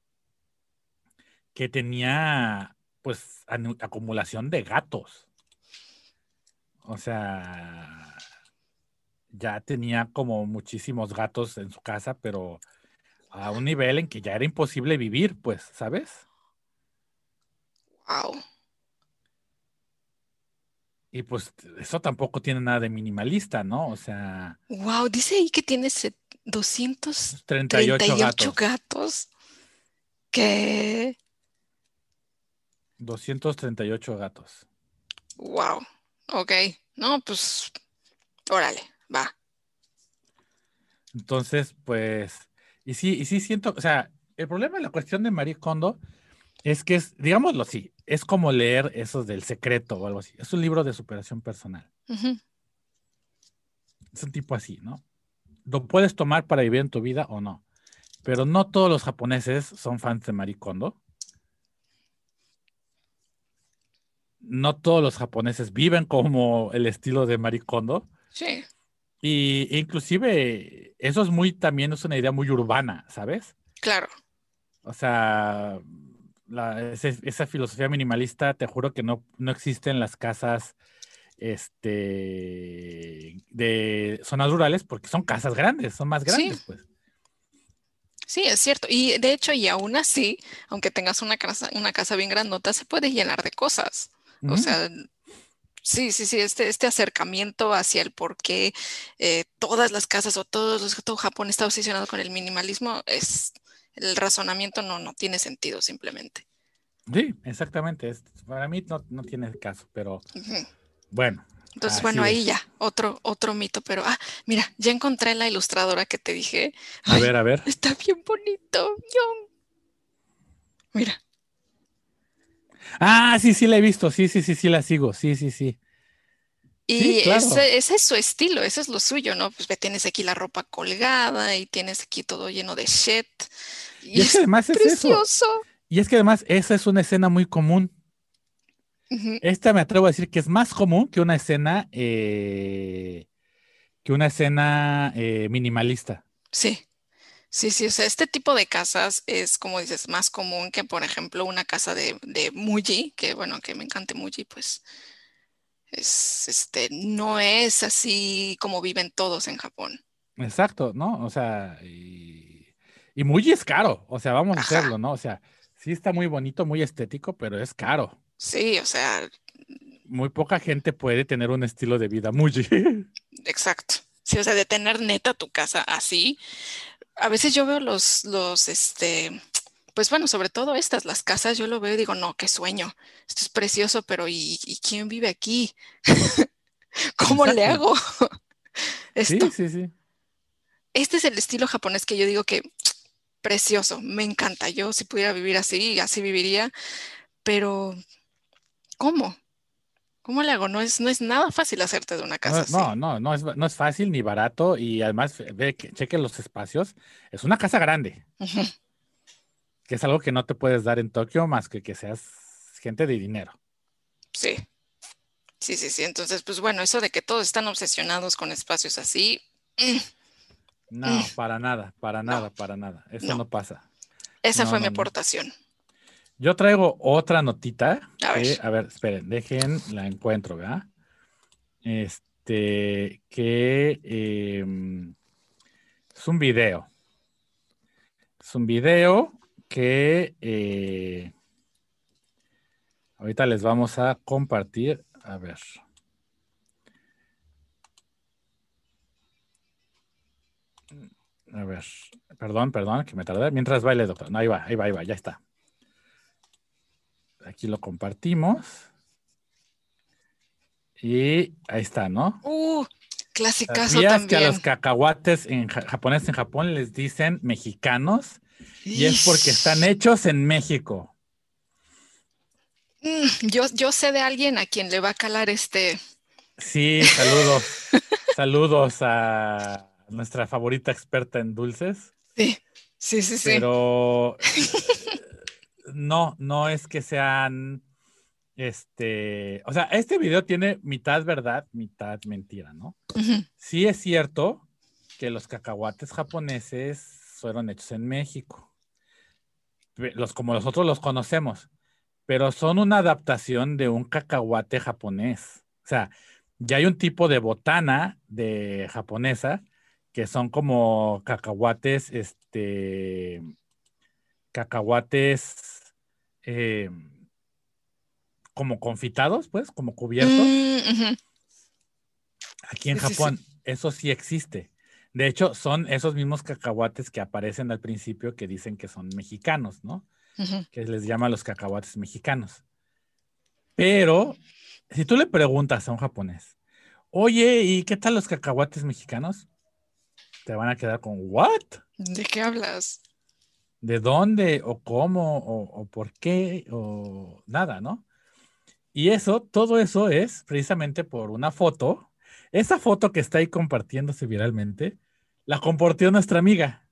Speaker 1: que tenía pues anu- acumulación de gatos. O sea, ya tenía como muchísimos gatos en su casa, pero a un nivel en que ya era imposible vivir, pues, ¿sabes?
Speaker 2: Wow.
Speaker 1: Y pues eso tampoco tiene nada de minimalista, ¿no? O sea,
Speaker 2: Wow, dice ahí que tiene set- doscientos
Speaker 1: treinta y
Speaker 2: treinta
Speaker 1: ocho
Speaker 2: y ocho
Speaker 1: gatos,
Speaker 2: gatos. Que,
Speaker 1: doscientos treinta y ocho gatos.
Speaker 2: wow. Ok. No, pues, órale, va.
Speaker 1: Entonces, pues, y sí, y sí siento, o sea, el problema de la cuestión de Marie Kondo es que es, digámoslo así, es como leer esos del secreto o algo así. Es un libro de superación personal.
Speaker 2: Ujú.
Speaker 1: Es un tipo así, ¿no? Lo puedes tomar para vivir en tu vida o no. Pero no todos los japoneses son fans de Marie Kondo. No todos los japoneses viven como el estilo de Marie Kondo.
Speaker 2: Sí,
Speaker 1: Y e inclusive eso es muy, también es una idea muy urbana, ¿sabes?
Speaker 2: claro.
Speaker 1: O sea, la- ese- esa filosofía minimalista, te juro que no, no existe en las casas este, de zonas rurales porque son casas grandes, son más
Speaker 2: Sí,
Speaker 1: grandes, pues.
Speaker 2: sí, es cierto. Y de hecho, y aún así, aunque tengas una casa, una casa bien grandota, se puede llenar de cosas. O
Speaker 1: Ujú.
Speaker 2: sea, sí, sí, sí, este, este acercamiento hacia el por qué eh, todas las casas o todos los, todo Japón está obsesionado con el minimalismo, es el razonamiento no, no tiene sentido simplemente.
Speaker 1: Sí, exactamente. Es- para mí no, no tiene caso, pero
Speaker 2: Ujú.
Speaker 1: bueno,
Speaker 2: Entonces, bueno,
Speaker 1: así
Speaker 2: ahí ya,
Speaker 1: es.
Speaker 2: otro, otro mito, pero, ah, mira, ya encontré la ilustradora que te dije.
Speaker 1: A
Speaker 2: Ay,
Speaker 1: ver, a ver.
Speaker 2: está bien bonito. Yo, mira.
Speaker 1: Ah, sí, sí la he visto. Sí, sí, sí, sí la sigo. Sí, sí, sí. Sí,
Speaker 2: Y
Speaker 1: claro.
Speaker 2: ese, ese es su estilo, ese es lo suyo, ¿no? Pues ve, tienes aquí la ropa colgada y tienes aquí todo lleno de shit.
Speaker 1: Y
Speaker 2: Y
Speaker 1: es que
Speaker 2: es
Speaker 1: además es eso.
Speaker 2: precioso.
Speaker 1: Y es que además esa es una escena muy común.
Speaker 2: Ujú.
Speaker 1: Esta me atrevo a decir que es más común que una escena, eh, que una escena eh, minimalista.
Speaker 2: Sí, sí, sí. O sea, este tipo de casas es, como dices, más común que, por ejemplo, una casa de, de Muji, que bueno, que me encante Muji, pues es, este, no es así como viven todos en Japón.
Speaker 1: Exacto, ¿no? O sea, y, y muy es caro. O sea, vamos a
Speaker 2: Ajá.
Speaker 1: hacerlo, ¿no? O sea, sí está muy bonito, muy estético, pero es caro.
Speaker 2: Sí, o sea,
Speaker 1: Muy poca gente puede tener un estilo de vida muy.
Speaker 2: exacto. Sí, o sea, de tener neta tu casa así. A veces yo veo los, los, este, pues bueno, sobre todo estas, las casas, yo lo veo y digo, no, qué sueño, esto es precioso, pero ¿y, y quién vive aquí? ¿Cómo le
Speaker 1: Exacto.
Speaker 2: hago
Speaker 1: Sí,
Speaker 2: esto?
Speaker 1: sí, sí.
Speaker 2: Este es el estilo japonés que yo digo que precioso, me encanta. Yo si pudiera vivir así, así viviría, pero ¿cómo? ¿Cómo le hago? No es, no es nada fácil hacerte de una casa
Speaker 1: No,
Speaker 2: así.
Speaker 1: no, no, no es, no es fácil ni barato y además ve que cheque los espacios. Es una casa grande,
Speaker 2: Ujú.
Speaker 1: que es algo que no te puedes dar en Tokio más que que seas gente de dinero.
Speaker 2: Sí, sí, sí, sí. Entonces, pues bueno, eso de que todos están obsesionados con espacios así, mm, mm,
Speaker 1: No, para nada, para
Speaker 2: no,
Speaker 1: nada, para nada. Eso
Speaker 2: no.
Speaker 1: no pasa.
Speaker 2: Esa
Speaker 1: No,
Speaker 2: fue mi
Speaker 1: no, no.
Speaker 2: aportación.
Speaker 1: Yo traigo otra notita
Speaker 2: A ver.
Speaker 1: que, a ver, esperen, dejen, la encuentro, ¿verdad? Este, que em, es un video. Es un video que eh, ahorita les vamos a compartir. A ver, a ver, perdón, perdón, que me tardé. Mientras baile, doctor. No, ahí va, ahí va, ahí va, ya está. Aquí lo compartimos y ahí está, ¿no?
Speaker 2: Uh, clasicazo
Speaker 1: ¿Sabías que a los
Speaker 2: también.
Speaker 1: cacahuates en ja- japonés en Japón les dicen mexicanos? Y es porque están
Speaker 2: Ish.
Speaker 1: hechos en México.
Speaker 2: Mm, yo, yo sé de alguien a quien le va a calar este.
Speaker 1: Sí, saludos. Saludos a nuestra favorita experta en dulces.
Speaker 2: Sí, sí, sí, sí.
Speaker 1: Pero eh, no, no es que sean, este, o sea, este video tiene mitad verdad, mitad mentira, ¿no?
Speaker 2: Ujú,
Speaker 1: Sí es cierto que los cacahuates japoneses fueron hechos en México, pe- los como nosotros los conocemos, pero son una adaptación de un cacahuate japonés. O sea, ya hay un tipo de botana de japonesa que son como cacahuates, este, cacahuates eh, como confitados, pues, como cubiertos.
Speaker 2: mm, ujú.
Speaker 1: Aquí en
Speaker 2: Sí, sí, sí.
Speaker 1: Japón, eso sí existe. De hecho, son esos mismos cacahuates que aparecen al principio que dicen que son mexicanos, ¿no?
Speaker 2: Ujú.
Speaker 1: Que les llaman los cacahuates mexicanos. Pero si tú le preguntas a un japonés, oye, ¿y qué tal los cacahuates mexicanos? Te van a quedar con, ¿what?
Speaker 2: ¿De qué hablas?
Speaker 1: ¿De dónde? ¿O cómo? ¿O, o por qué? O nada, ¿no? Y eso, todo eso es precisamente por una foto. Esa foto que está ahí compartiéndose viralmente, la compartió nuestra amiga.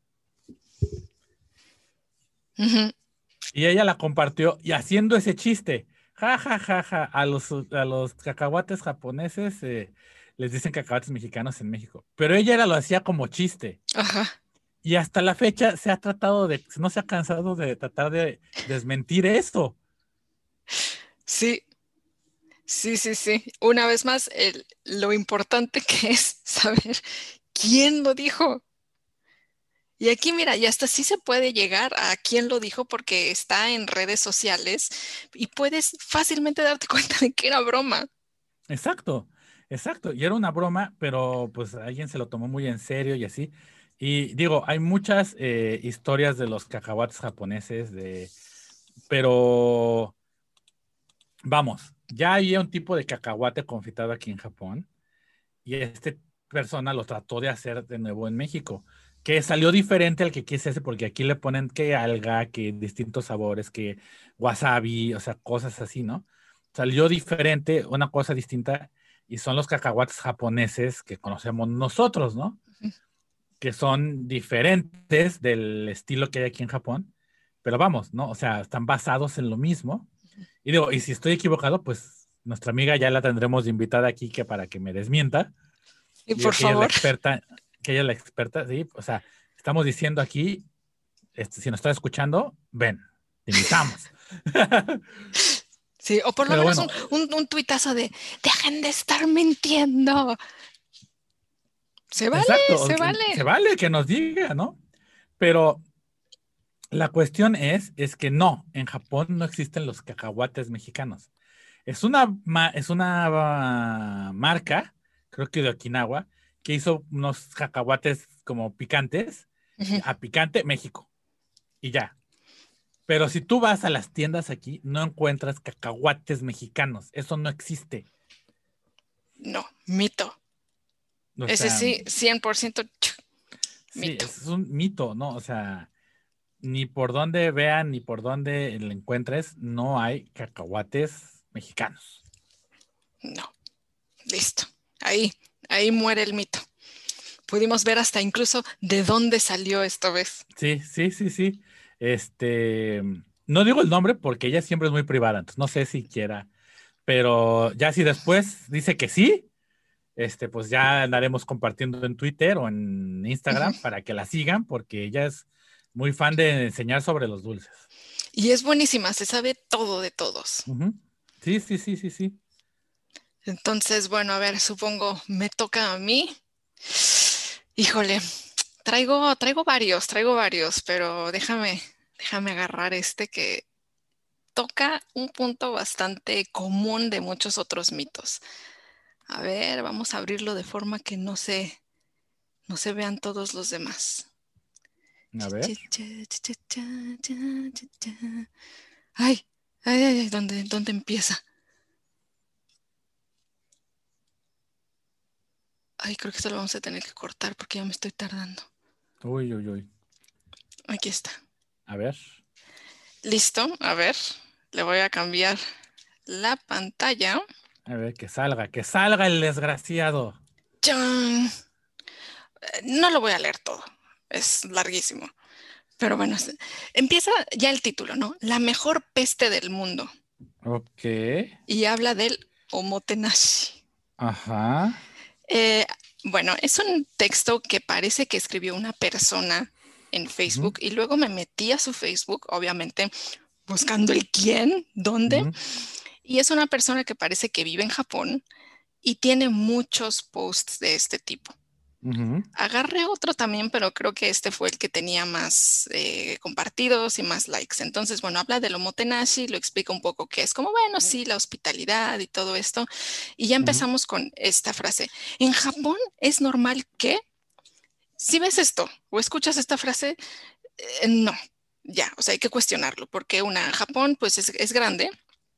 Speaker 2: Ujú.
Speaker 1: Y ella la compartió y haciendo ese chiste. Ja, ja, ja, ja. A los, a los cacahuates japoneses eh, les dicen cacahuates mexicanos en México. Pero ella era, lo hacía como chiste.
Speaker 2: Ajá.
Speaker 1: Y hasta la fecha se ha tratado de, no se ha cansado de tratar de desmentir eso.
Speaker 2: Sí, sí, sí, sí. Una vez más, el- lo importante que es saber quién lo dijo. Y aquí, mira, y hasta sí se puede llegar a quién lo dijo porque está en redes sociales y puedes fácilmente darte cuenta de que era broma.
Speaker 1: Exacto, exacto. Y era una broma, pero pues alguien se lo tomó muy en serio y así. Y digo, hay muchas eh, historias de los cacahuates japoneses, de, pero vamos, ya había un tipo de cacahuate confitado aquí en Japón y este persona lo trató de hacer de nuevo en México, que salió diferente al que quise hacer porque aquí le ponen que alga, que distintos sabores, que wasabi, o sea, cosas así, ¿no? Salió diferente, una cosa distinta, y son los cacahuates japoneses que conocemos nosotros, ¿no? Que son diferentes del estilo que hay aquí en Japón, pero vamos, ¿no? O sea, están basados en lo mismo. Y digo, y si estoy equivocado, pues nuestra amiga ya la tendremos de invitada aquí que para que me desmienta.
Speaker 2: Y
Speaker 1: Digo
Speaker 2: por
Speaker 1: que ella es la
Speaker 2: favor,
Speaker 1: experta, que ella es la experta, sí. O sea, estamos diciendo aquí, este, si nos estás escuchando, ven, te invitamos.
Speaker 2: sí, o por lo
Speaker 1: Pero
Speaker 2: menos un,
Speaker 1: bueno,
Speaker 2: un, un tuitazo de dejen de estar mintiendo. Se vale,
Speaker 1: exacto,
Speaker 2: se vale.
Speaker 1: se vale que nos diga, ¿no? Pero la cuestión es, es que no, en Japón no existen los cacahuates mexicanos. Es una, ma- es una ah, marca, creo que de Okinawa, que hizo unos cacahuates como picantes, y
Speaker 2: Ujú.
Speaker 1: a picante México, y ya. Pero si tú vas a las tiendas aquí, no encuentras cacahuates mexicanos. Eso no existe.
Speaker 2: No, mito.
Speaker 1: O
Speaker 2: Ese
Speaker 1: sea,
Speaker 2: sí, cien por ciento
Speaker 1: sí,
Speaker 2: mito.
Speaker 1: es un mito, ¿no? O sea, ni por donde vean, ni por donde le encuentres, no hay cacahuates mexicanos.
Speaker 2: No, listo. Ahí, ahí muere el mito. Pudimos ver hasta incluso de dónde salió esta vez.
Speaker 1: Sí, sí, sí, sí. Este, no digo el nombre porque ella siempre es muy privada, entonces no sé si quiera, pero ya si después dice que sí, este, pues ya andaremos compartiendo en Twitter o en
Speaker 2: Ujú.
Speaker 1: Instagram para que la sigan porque ella es muy fan de enseñar sobre los dulces.
Speaker 2: Y es buenísima, se sabe todo de todos.
Speaker 1: Ujú. Sí, sí, sí, sí, sí.
Speaker 2: Entonces, bueno, a ver, supongo me toca a mí. Híjole, traigo, traigo varios, traigo varios, pero déjame, déjame agarrar este que toca un punto bastante común de muchos otros mitos. A ver, vamos a abrirlo de forma que no se, no se vean todos los demás.
Speaker 1: A ver.
Speaker 2: Ay, ay, ay, ay, ¿dónde, dónde empieza? Ay, creo que esto lo vamos a tener que cortar porque ya me estoy tardando.
Speaker 1: Uy, uy, uy.
Speaker 2: Aquí está.
Speaker 1: A ver.
Speaker 2: Listo, a ver, le voy a cambiar la pantalla.
Speaker 1: A ver, que salga, que salga el desgraciado.
Speaker 2: ¡Chan! No lo voy a leer todo, es larguísimo. Pero bueno, se- empieza ya el título, ¿no? La mejor peste del mundo.
Speaker 1: Ok.
Speaker 2: Y habla del omotenashi.
Speaker 1: Ajá.
Speaker 2: Eh, bueno, es un texto que parece que escribió una persona en
Speaker 1: Ujú,
Speaker 2: Facebook y luego me metí a su Facebook, obviamente buscando el quién, dónde.
Speaker 1: ujú,
Speaker 2: Y es una persona que parece que vive en Japón y tiene muchos posts de este tipo.
Speaker 1: ujú,
Speaker 2: Agarré otro también, pero creo que este fue el que tenía más eh, compartidos y más likes. Entonces, bueno, habla del omotenashi, lo explica un poco qué es, como, bueno, sí, la hospitalidad y todo esto. Y ya
Speaker 1: ujú,
Speaker 2: empezamos con esta frase. En Japón es normal que, si ves esto o escuchas esta frase, eh, no, ya, o sea, hay que cuestionarlo, porque una, Japón pues es, es grande,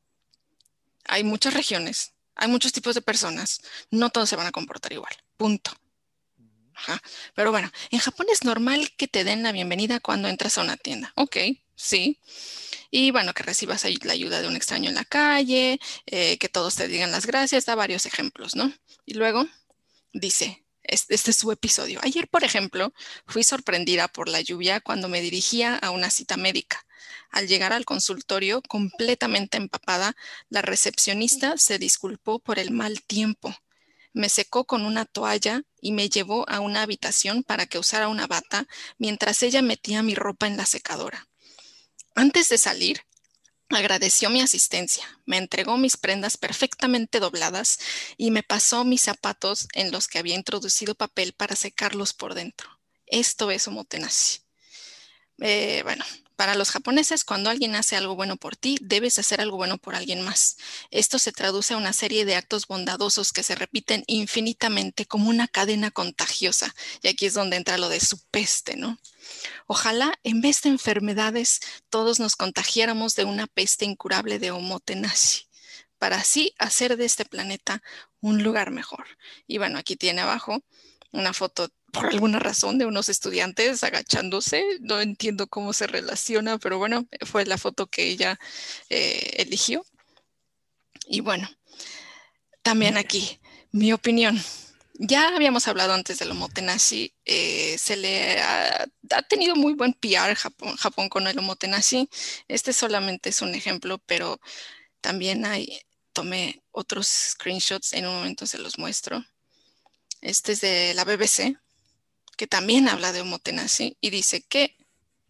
Speaker 2: hay muchas regiones, hay muchos tipos de personas, no todos se van a comportar igual, punto. Ajá. Pero bueno, en Japón es normal que te den la bienvenida cuando entras a una tienda. Ok, sí. Y bueno, que recibas ay- la ayuda de un extraño en la calle, eh, que todos te digan las gracias, da varios ejemplos, ¿no? Y luego dice, es- este es su episodio. Ayer, por ejemplo, fui sorprendida por la lluvia cuando me dirigía a una cita médica. Al llegar al consultorio completamente empapada, la recepcionista se disculpó por el mal tiempo. Me secó con una toalla y me llevó a una habitación para que usara una bata mientras ella metía mi ropa en la secadora. Antes de salir, agradeció mi asistencia, me entregó mis prendas perfectamente dobladas y me pasó mis zapatos en los que había introducido papel para secarlos por dentro. Esto es omotenashi. Eh, bueno, para los japoneses, cuando alguien hace algo bueno por ti, debes hacer algo bueno por alguien más. Esto se traduce a una serie de actos bondadosos que se repiten infinitamente como una cadena contagiosa. Y aquí es donde entra lo de su peste, ¿no? Ojalá en vez de enfermedades, todos nos contagiáramos de una peste incurable de omotenashi, para así hacer de este planeta un lugar mejor. Y bueno, aquí tiene abajo una foto por alguna razón de unos estudiantes agachándose. No entiendo cómo se relaciona, pero bueno, fue la foto que ella eh, eligió. Y bueno, también
Speaker 1: Mi-
Speaker 2: aquí, mi opinión. Ya habíamos hablado antes del omotenashi, eh, se le ha, ha tenido muy buen P R Japón, Japón con el omotenashi. Este solamente es un ejemplo, pero también hay, tomé otros screenshots, en un momento se los muestro. Este es de la B B C, que también habla de omotenashi y dice que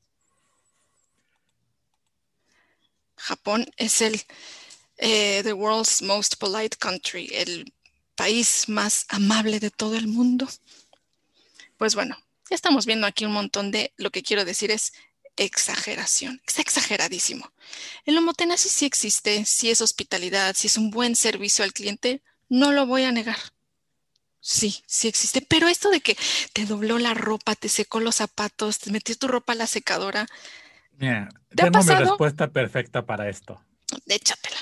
Speaker 2: Japón es el eh, the world's most polite country, el país más amable de todo el mundo. Pues bueno, ya estamos viendo aquí un montón de, lo que quiero decir es exageración, es exageradísimo. El omotenashi sí existe, sí es hospitalidad, sí es un buen servicio al cliente, no lo voy a negar. Sí, sí existe, pero esto de que te dobló la ropa, te secó los zapatos, te metió tu ropa a la secadora,
Speaker 1: Mira,
Speaker 2: ¿Te ha
Speaker 1: tengo mi
Speaker 2: pasado?
Speaker 1: respuesta perfecta para esto.
Speaker 2: Échatela.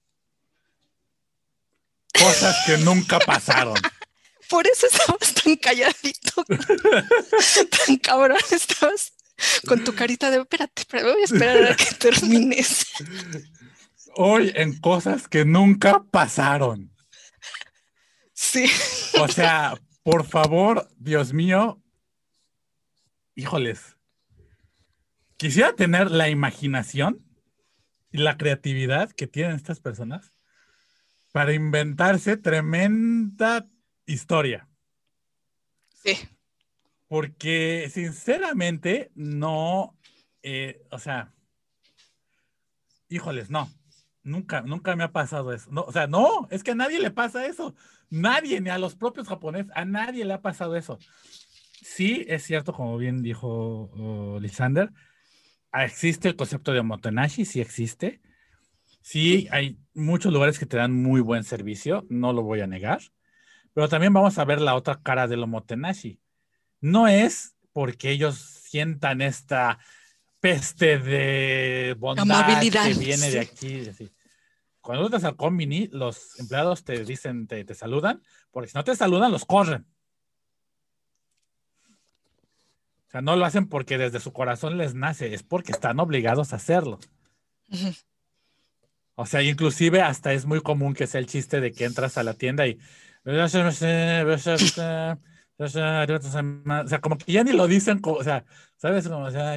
Speaker 1: Cosas que nunca pasaron.
Speaker 2: Por eso estabas tan calladito, tan cabrón, estabas con tu carita de, espérate, espérate, voy a esperar a que termines.
Speaker 1: Hoy en cosas que nunca pasaron.
Speaker 2: Sí.
Speaker 1: O sea, por favor, Dios mío, híjoles, quisiera tener la imaginación y la creatividad que tienen estas personas para inventarse tremenda historia.
Speaker 2: Sí.
Speaker 1: Porque sinceramente no, eh, o sea, híjoles, no, nunca, nunca me ha pasado eso. No, o sea, no, es que a nadie le pasa eso. Nadie, ni a los propios japoneses, a nadie le ha pasado eso. Sí, es cierto, como bien dijo uh, Lisander, existe el concepto de omotenashi, sí existe. Sí, hay muchos lugares que te dan muy buen servicio, no lo voy a negar. Pero también vamos a ver la otra cara del omotenashi. No es porque ellos sientan esta peste de bondad
Speaker 2: Amabilidad,
Speaker 1: que viene de
Speaker 2: sí.
Speaker 1: aquí. Así. Cuando entras al combini, los empleados te dicen, te, te saludan, porque si no te saludan, los corren. O sea, no lo hacen porque desde su corazón les nace, es porque están obligados a hacerlo.
Speaker 2: Ujú.
Speaker 1: O sea, inclusive hasta es muy común que sea el chiste de que entras a la tienda y... O sea, como que ya ni lo dicen, o sea, ¿sabes? Como, o sea,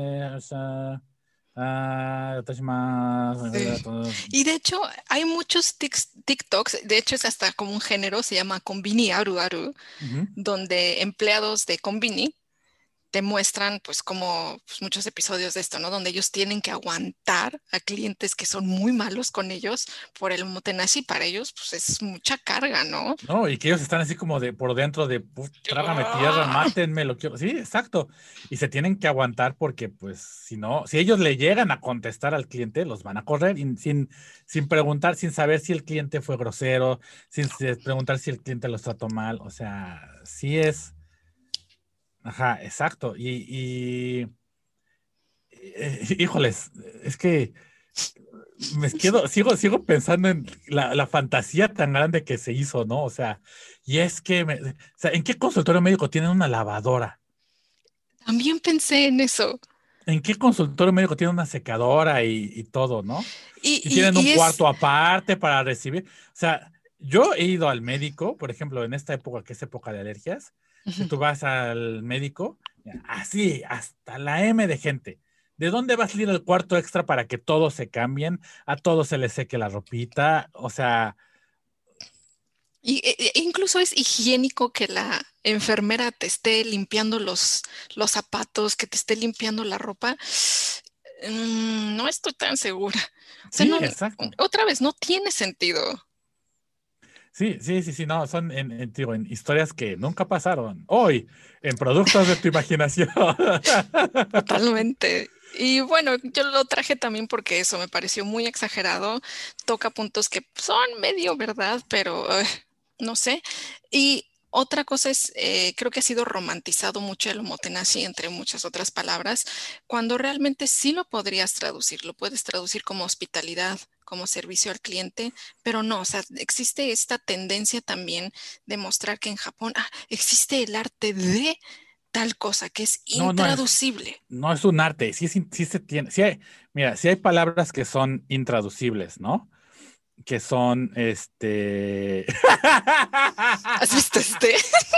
Speaker 2: Sí. Y de hecho, hay muchos tics- TikToks, de hecho es hasta como un género, se llama Konbini Aru Aru,
Speaker 1: uh-huh.
Speaker 2: donde empleados de Konbini te muestran pues como pues, muchos episodios de esto, ¿no? Donde ellos tienen que aguantar a clientes que son muy malos con ellos por el motenashi, para ellos pues es mucha carga, ¿no?
Speaker 1: No, y que ellos están así como de por dentro de "Puf, trágame tierra,
Speaker 2: ¡Ah!
Speaker 1: mátenme, lo quiero". Sí, exacto. Y se tienen que aguantar porque, pues, si no, si ellos le llegan a contestar al cliente, los van a correr y sin, sin preguntar, sin saber si el cliente fue grosero, sin se- preguntar si el cliente los trató mal. O sea, sí es. Ajá, exacto. Y, y eh, híjoles, es que me quedo, sigo, sigo pensando en la, la fantasía tan grande que se hizo, ¿no? O sea, y es que, me- o sea, ¿en qué consultorio médico tienen una lavadora?
Speaker 2: También pensé en eso.
Speaker 1: ¿En qué consultorio médico tienen una secadora y, y todo, ¿no?
Speaker 2: Y,
Speaker 1: Y
Speaker 2: y,
Speaker 1: tienen un
Speaker 2: y es,
Speaker 1: cuarto aparte para recibir. O sea, yo he ido al médico, por ejemplo, en esta época que es época de alergias, que
Speaker 2: ujú.
Speaker 1: tú vas al médico, así, hasta la M de gente. ¿De dónde va a salir el cuarto extra para que todos se cambien, a todos se les seque la ropita? O sea,
Speaker 2: Y, e- e- incluso es higiénico que la enfermera te esté limpiando los, los zapatos, que te esté limpiando la ropa. Mm, no estoy tan segura. O sea,
Speaker 1: sí,
Speaker 2: no,
Speaker 1: exacto.
Speaker 2: otra vez, no tiene sentido.
Speaker 1: Sí, sí, sí, sí, no, son en, en, digo, en historias que nunca pasaron. Hoy, en productos de tu imaginación.
Speaker 2: Totalmente. Y bueno, yo lo traje también porque eso me pareció muy exagerado. Toca puntos que son medio verdad, pero eh, no sé. Y otra cosa es, eh, creo que ha sido romantizado mucho el omotenashi, entre muchas otras palabras, cuando realmente sí lo podrías traducir. Lo puedes traducir como hospitalidad, como servicio al cliente, pero no, o sea, existe esta tendencia también de mostrar que en Japón ah, existe el arte de tal cosa que es
Speaker 1: No, no es,
Speaker 2: intraducible.
Speaker 1: no es un arte, sí, sí, sí se tiene, sí hay, mira, sí hay palabras que son intraducibles, ¿no? Que son, este,
Speaker 2: ¿Has visto este?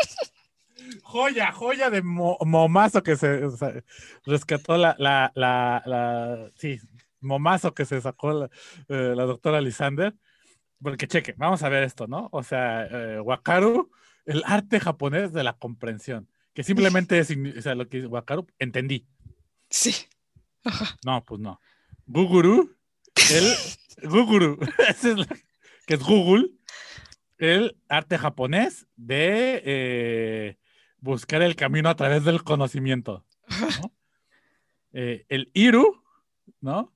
Speaker 1: joya, joya de mo- momazo que se, o sea, rescató la, la, la, la, sí, momazo que se sacó la, eh, la doctora Lisander, porque cheque, vamos a ver esto, ¿no? O sea, eh, Wakaru, el arte japonés de la comprensión, que simplemente es, o sea, lo que es Wakaru, entendí.
Speaker 2: Sí. Ajá.
Speaker 1: No, pues no. Guguru, el Guguru, ese es la- que es Google, el arte japonés de eh, buscar el camino a través del conocimiento, ¿no? Eh, el Iru, ¿no?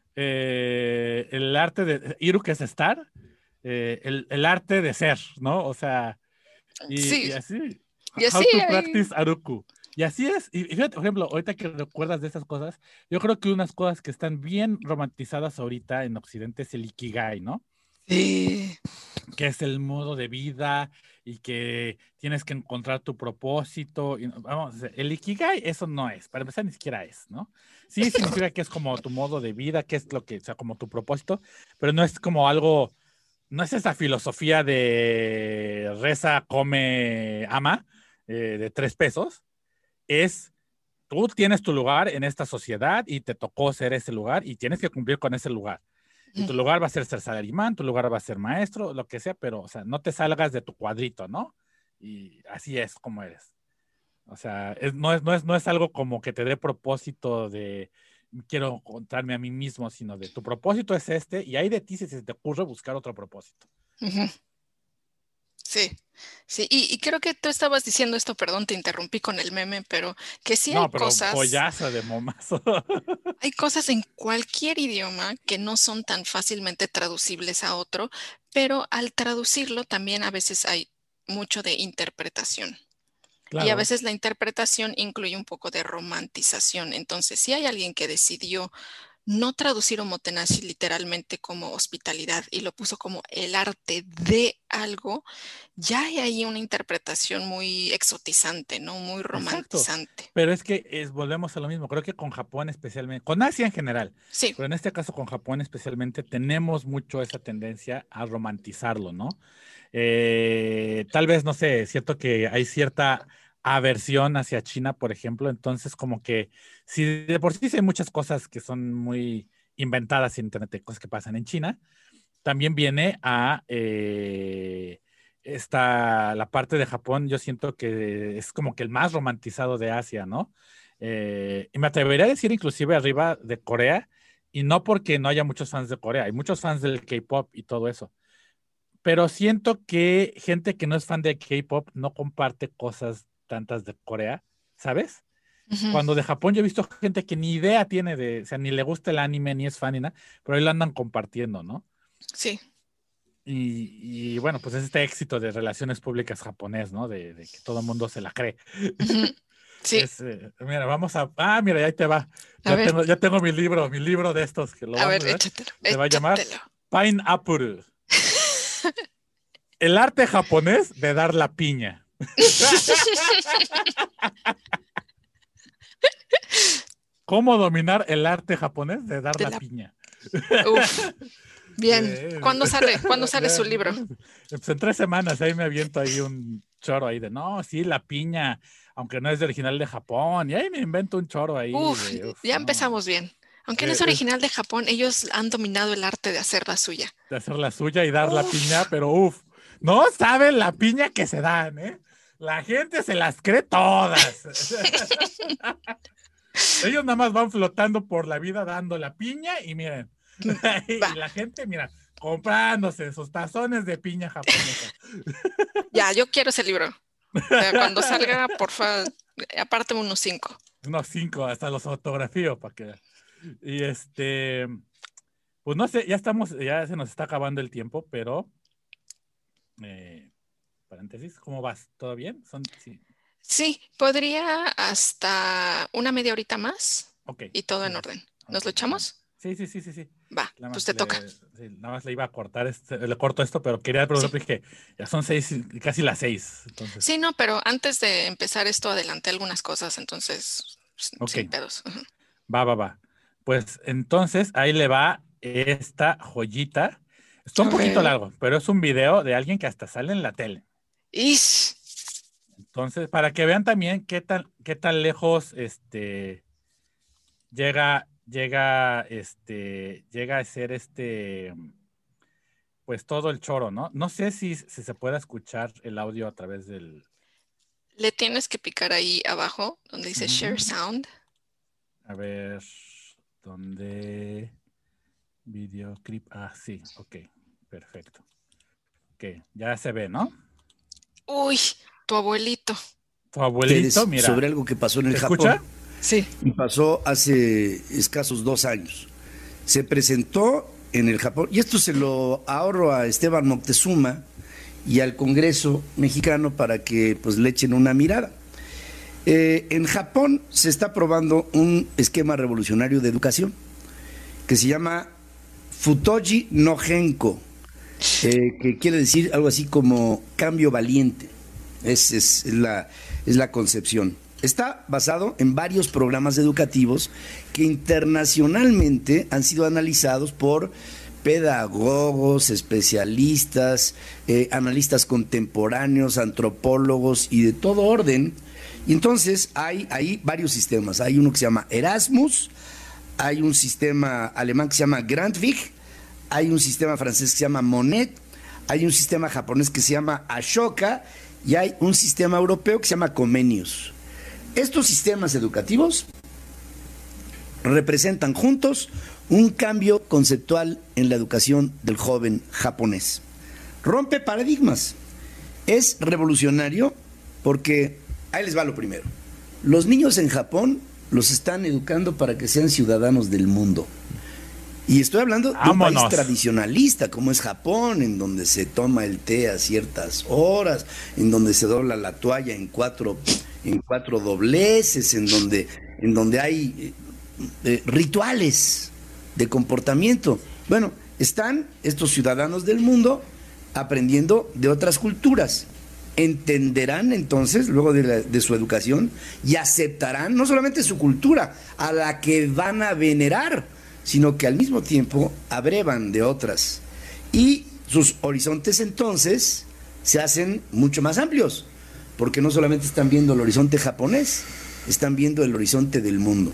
Speaker 1: Eh, el arte de Iru, que es estar, eh, el, el arte de ser, ¿no? O sea, y,
Speaker 2: Sí,
Speaker 1: y así,
Speaker 2: y
Speaker 1: how
Speaker 2: así
Speaker 1: to
Speaker 2: hay.
Speaker 1: practice Aruku. Y así es. Y fíjate, por ejemplo, ahorita que recuerdas de esas cosas, yo creo que unas cosas que están bien romantizadas ahorita en Occidente es el Ikigai, ¿no?
Speaker 2: Sí.
Speaker 1: Que es el modo de vida y que tienes que encontrar tu propósito. Y, vamos, el Ikigai, eso no es, para empezar ni siquiera es, ¿no? Sí significa que es como tu modo de vida, que es lo que, o sea, como tu propósito, pero no es como algo, no es esa filosofía de reza, come, ama, eh, de tres pesos, es tú tienes tu lugar en esta sociedad y te tocó ser ese lugar y tienes que cumplir con ese lugar. Y tu lugar va a ser ser salarimán, tu lugar va a ser maestro, lo que sea, pero, o sea, no te salgas de tu cuadrito, ¿no? Y así es como eres. O sea, es, no, es, no, es, no es algo como que te dé propósito de quiero encontrarme a mí mismo, sino de tu propósito es este y hay de ti si se te ocurre buscar otro propósito.
Speaker 2: Uh-huh. Sí, sí, y, y creo que tú estabas diciendo esto, perdón, te interrumpí con el meme, pero que sí hay
Speaker 1: No, pero
Speaker 2: cosas,
Speaker 1: joyaza de momazo.
Speaker 2: hay cosas en cualquier idioma que no son tan fácilmente traducibles a otro, pero al traducirlo también a veces hay mucho de interpretación. Y a
Speaker 1: Claro.
Speaker 2: veces la interpretación incluye un poco de romantización. Entonces, si hay alguien que decidió no traducir omotenashi literalmente como hospitalidad y lo puso como el arte de algo, ya hay ahí una interpretación muy exotizante, ¿no? Muy
Speaker 1: Exacto,
Speaker 2: romantizante.
Speaker 1: pero es que es, volvemos a lo mismo, creo que con Japón especialmente, con Asia en general,
Speaker 2: Sí.
Speaker 1: pero en este caso con Japón especialmente tenemos mucho esa tendencia a romantizarlo, ¿no? Eh, tal vez, no sé, siento que hay cierta aversión hacia China, por ejemplo, entonces como que si de por sí hay muchas cosas que son muy inventadas en Internet, de cosas que pasan en China, también viene a eh, esta, la parte de Japón, yo siento que es como que el más romantizado de Asia, ¿no? Eh, y me atrevería a decir inclusive arriba de Corea, y no porque no haya muchos fans de Corea, hay muchos fans del K-pop y todo eso, pero siento que gente que no es fan de K-pop no comparte cosas tantas de Corea, ¿sabes?
Speaker 2: Uh-huh.
Speaker 1: Cuando de Japón yo he visto gente que ni idea tiene de, o sea, ni le gusta el anime, ni es fan, ni nada, pero ahí lo andan compartiendo, ¿no?
Speaker 2: Sí.
Speaker 1: Y, y, bueno, pues es este éxito de relaciones públicas japonés, ¿no? De, de que todo el mundo se la cree.
Speaker 2: Uh-huh. Sí.
Speaker 1: Es, eh, mira, vamos a. Ah, mira, ahí te va.
Speaker 2: A
Speaker 1: Ya
Speaker 2: ver,
Speaker 1: tengo, ya tengo mi libro, mi libro de estos, que lo
Speaker 2: a
Speaker 1: vas
Speaker 2: ver,
Speaker 1: a ver.
Speaker 2: échatelo,
Speaker 1: Se va a llamar
Speaker 2: échatelo.
Speaker 1: Pineapple. El arte japonés de dar la piña. ¿Cómo dominar el arte japonés de dar
Speaker 2: De
Speaker 1: la
Speaker 2: la...
Speaker 1: piña?
Speaker 2: Uf, bien.
Speaker 1: Eh,
Speaker 2: ¿Cuándo sale? ¿Cuándo sale su libro?
Speaker 1: Pues en tres semanas ahí me aviento ahí un choro ahí de, no, sí, la piña, aunque no es de original de Japón, y ahí me invento un choro ahí
Speaker 2: Uf,
Speaker 1: de, uf,
Speaker 2: ya
Speaker 1: no,
Speaker 2: empezamos bien. Aunque no es
Speaker 1: eh, es
Speaker 2: original de Japón, ellos han dominado el arte de hacer la suya.
Speaker 1: de hacer la suya y dar la piña,
Speaker 2: Uf.
Speaker 1: pero uf, no saben la piña que se dan, ¿eh? La gente se las cree todas. Ellos nada más van flotando por la vida dando la piña y miren,
Speaker 2: Va.
Speaker 1: y la gente, mira, comprándose sus tazones de piña japonesa.
Speaker 2: Ya, yo quiero ese libro. Cuando salga, porfa, apártame unos cinco.
Speaker 1: Unos cinco, hasta los fotografío para que. Y este, pues no sé, ya estamos, ya se nos está acabando el tiempo, pero eh, paréntesis, ¿cómo vas? ¿Todo bien? Son, sí.
Speaker 2: Sí, podría hasta una media horita más
Speaker 1: Ok,
Speaker 2: y todo en
Speaker 1: sí,
Speaker 2: orden. ¿Nos
Speaker 1: ok,
Speaker 2: lo
Speaker 1: va.
Speaker 2: echamos?
Speaker 1: Sí, sí, sí, sí, sí.
Speaker 2: Va,
Speaker 1: Nada
Speaker 2: pues
Speaker 1: más
Speaker 2: te toca.
Speaker 1: le, sí, nada más le iba a cortar, este, le corto esto, pero quería preguntar,
Speaker 2: Sí.
Speaker 1: dije, ya son seis, y casi las seis, entonces.
Speaker 2: Sí, no, pero antes de empezar esto adelanté algunas cosas, entonces
Speaker 1: Ok,
Speaker 2: sin pedos. Ujú.
Speaker 1: va, va, va. Pues entonces ahí le va esta joyita. Está un
Speaker 2: A
Speaker 1: poquito
Speaker 2: ver.
Speaker 1: largo, pero es un video de alguien que hasta sale en la tele.
Speaker 2: Ish.
Speaker 1: Entonces, para que vean también qué tan, qué tan lejos este, llega, llega, este, llega a ser este, pues todo el choro, ¿no? No sé si, si se puede escuchar el audio a través del.
Speaker 2: Le tienes que picar ahí abajo donde dice Share
Speaker 1: Ujú.
Speaker 2: Sound.
Speaker 1: A ver, ¿dónde? Videoclip. Ah, sí, ok, perfecto. Ok, ya se ve, ¿no?
Speaker 2: Uy, tu abuelito.
Speaker 1: Tu abuelito, mira,
Speaker 3: sobre algo que pasó en el
Speaker 1: ¿se
Speaker 3: Japón.
Speaker 1: escucha?
Speaker 2: Sí.
Speaker 3: Y pasó hace escasos dos años. Se presentó en el Japón, y esto se lo ahorro a Esteban Moctezuma y al Congreso mexicano para que pues le echen una mirada. Eh, en Japón se está probando un esquema revolucionario de educación que se llama Futoji no Genko, eh, que quiere decir algo así como cambio valiente. Es, es, es, la, es la concepción. Está basado en varios programas educativos que internacionalmente han sido analizados por pedagogos, especialistas, eh, analistas contemporáneos, antropólogos y de todo orden. Y entonces hay ahí varios sistemas. Hay uno que se llama Erasmus, hay un sistema alemán que se llama Grundtvig, hay un sistema francés que se llama Monet, hay un sistema japonés que se llama Ashoka y hay un sistema europeo que se llama Comenius. Estos sistemas educativos representan juntos un cambio conceptual en la educación del joven japonés. Rompe paradigmas. Es revolucionario porque, ahí les va lo primero, los niños en Japón los están educando para que sean ciudadanos del mundo. Y estoy hablando de un país tradicionalista como es Japón, en donde se toma el té a ciertas horas, en donde se dobla la toalla en cuatro, en cuatro dobleces, en donde, en donde hay eh, rituales de comportamiento. Bueno, están estos ciudadanos del mundo aprendiendo de otras culturas. Entenderán entonces, luego de, la, de su educación, y aceptarán no solamente su cultura, a la que van a venerar, sino que al mismo tiempo abrevan de otras. Y sus horizontes entonces se hacen mucho más amplios, porque no solamente están viendo el horizonte japonés, están viendo el horizonte del mundo.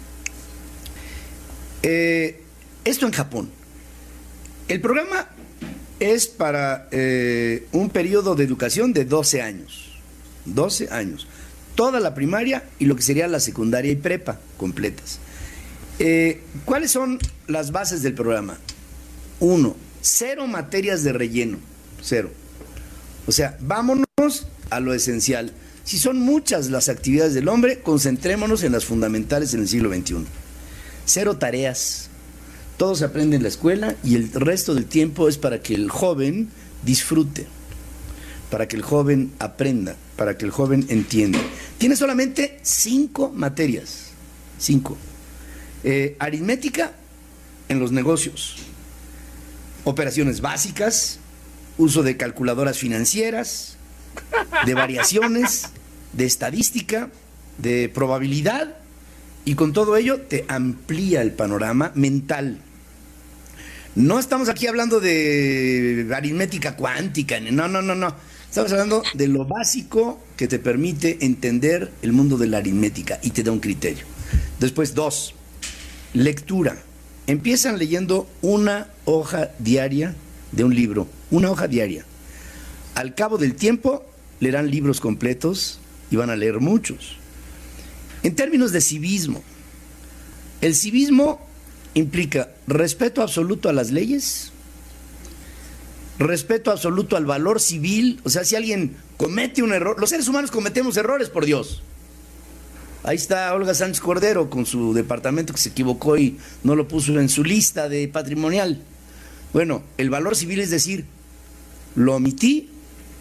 Speaker 3: Eh, esto en Japón. El programa es para eh, un periodo de educación de doce años. doce años. Toda la primaria y lo que sería la secundaria y prepa completas. Eh, ¿Cuáles son las bases del programa? Uno, cero materias de relleno. Cero. O sea, vámonos a lo esencial. Si son muchas las actividades del hombre, concentrémonos en las fundamentales en el siglo veintiuno. Cero tareas. Todo se aprende en la escuela y el resto del tiempo es para que el joven disfrute, para que el joven aprenda, para que el joven entienda. Tiene solamente cinco materias. Cinco. Eh, aritmética en los negocios, operaciones básicas, uso de calculadoras financieras, de variaciones, de estadística, de probabilidad, y con todo ello te amplía el panorama mental. No estamos aquí hablando de aritmética cuántica, no, no, no, no. Estamos hablando de lo básico que te permite entender el mundo de la aritmética y te da un criterio. Después, dos, lectura. Empiezan leyendo una hoja diaria de un libro, una hoja diaria. Al cabo del tiempo leerán libros completos y van a leer muchos. En términos de civismo, el civismo implica respeto absoluto a las leyes, respeto absoluto al valor civil. O sea, si alguien comete un error, los seres humanos cometemos errores, por Dios. Ahí está Olga Sánchez Cordero con su departamento que se equivocó y no lo puso en su lista de patrimonial. Bueno, el valor civil es decir, lo omití,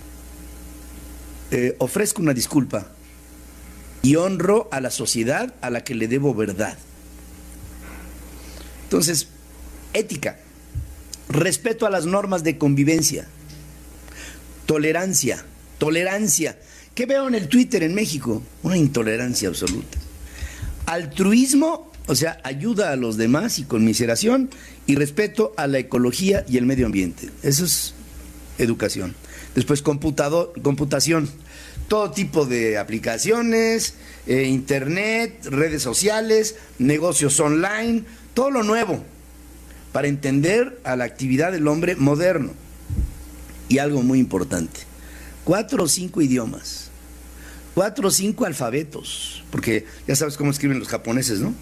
Speaker 3: eh, ofrezco una disculpa y honro a la sociedad a la que le debo verdad. Entonces, ética, respeto a las normas de convivencia, tolerancia, tolerancia. ¿Qué veo en el Twitter en México? Una intolerancia absoluta. Altruismo, o sea, ayuda a los demás y conmiseración, y respeto a la ecología y el medio ambiente. Eso es educación. Después, computador, computación. Todo tipo de aplicaciones, eh, internet, redes sociales, negocios online, todo lo nuevo para entender a la actividad del hombre moderno. Y algo muy importante, cuatro o cinco idiomas, cuatro o cinco alfabetos, porque ya sabes cómo escriben los japoneses, ¿no?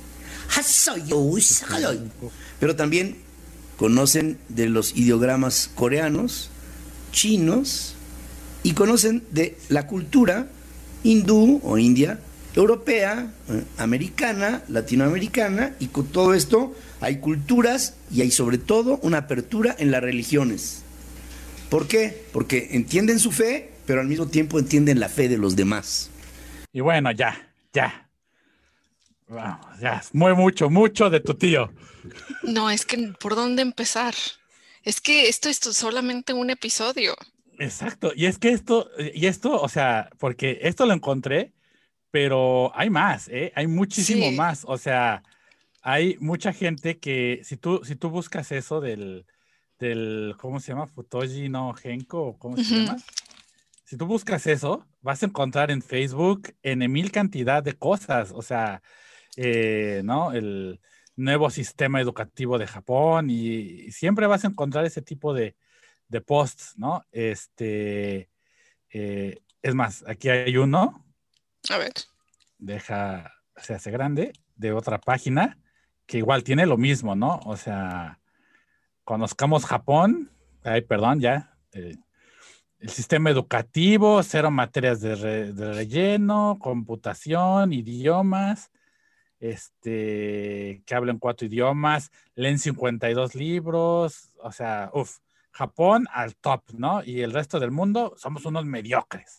Speaker 3: Pero también conocen de los ideogramas coreanos, chinos, y conocen de la cultura hindú o india, europea, eh, americana, latinoamericana, y con todo esto hay culturas y hay sobre todo una apertura en las religiones. ¿Por qué? Porque entienden su fe, pero al mismo tiempo entienden la fe de los demás.
Speaker 1: Y bueno, ya, ya. Vamos, ya. Muy mucho, mucho de tu tío.
Speaker 2: No, es que ¿por dónde empezar? Es que esto es solamente un episodio.
Speaker 1: Exacto. Y es que esto, y esto, o sea, porque esto lo encontré, pero hay más, ¿eh? Hay muchísimo
Speaker 2: Sí.
Speaker 1: más. O sea, hay mucha gente que, si tú, si tú buscas eso del, del, ¿cómo se llama? Futoshi no Genko, ¿o ¿cómo se
Speaker 2: Ujú.
Speaker 1: llama? Si tú buscas eso, vas a encontrar en Facebook en mil cantidad de cosas. O sea, eh, ¿no? El nuevo sistema educativo de Japón y, y siempre vas a encontrar ese tipo de, de posts, ¿no? Este, eh, es más, aquí hay uno,
Speaker 2: A ver.
Speaker 1: deja, se hace grande, de otra página, que igual tiene lo mismo, ¿no? O sea, conozcamos Japón, ay, perdón, ya, eh, el sistema educativo, cero materias de, re- de relleno, computación, idiomas, este, que hablan cuatro idiomas, leen cincuenta y dos libros, o sea, uff, Japón al top, ¿no? Y el resto del mundo somos unos mediocres.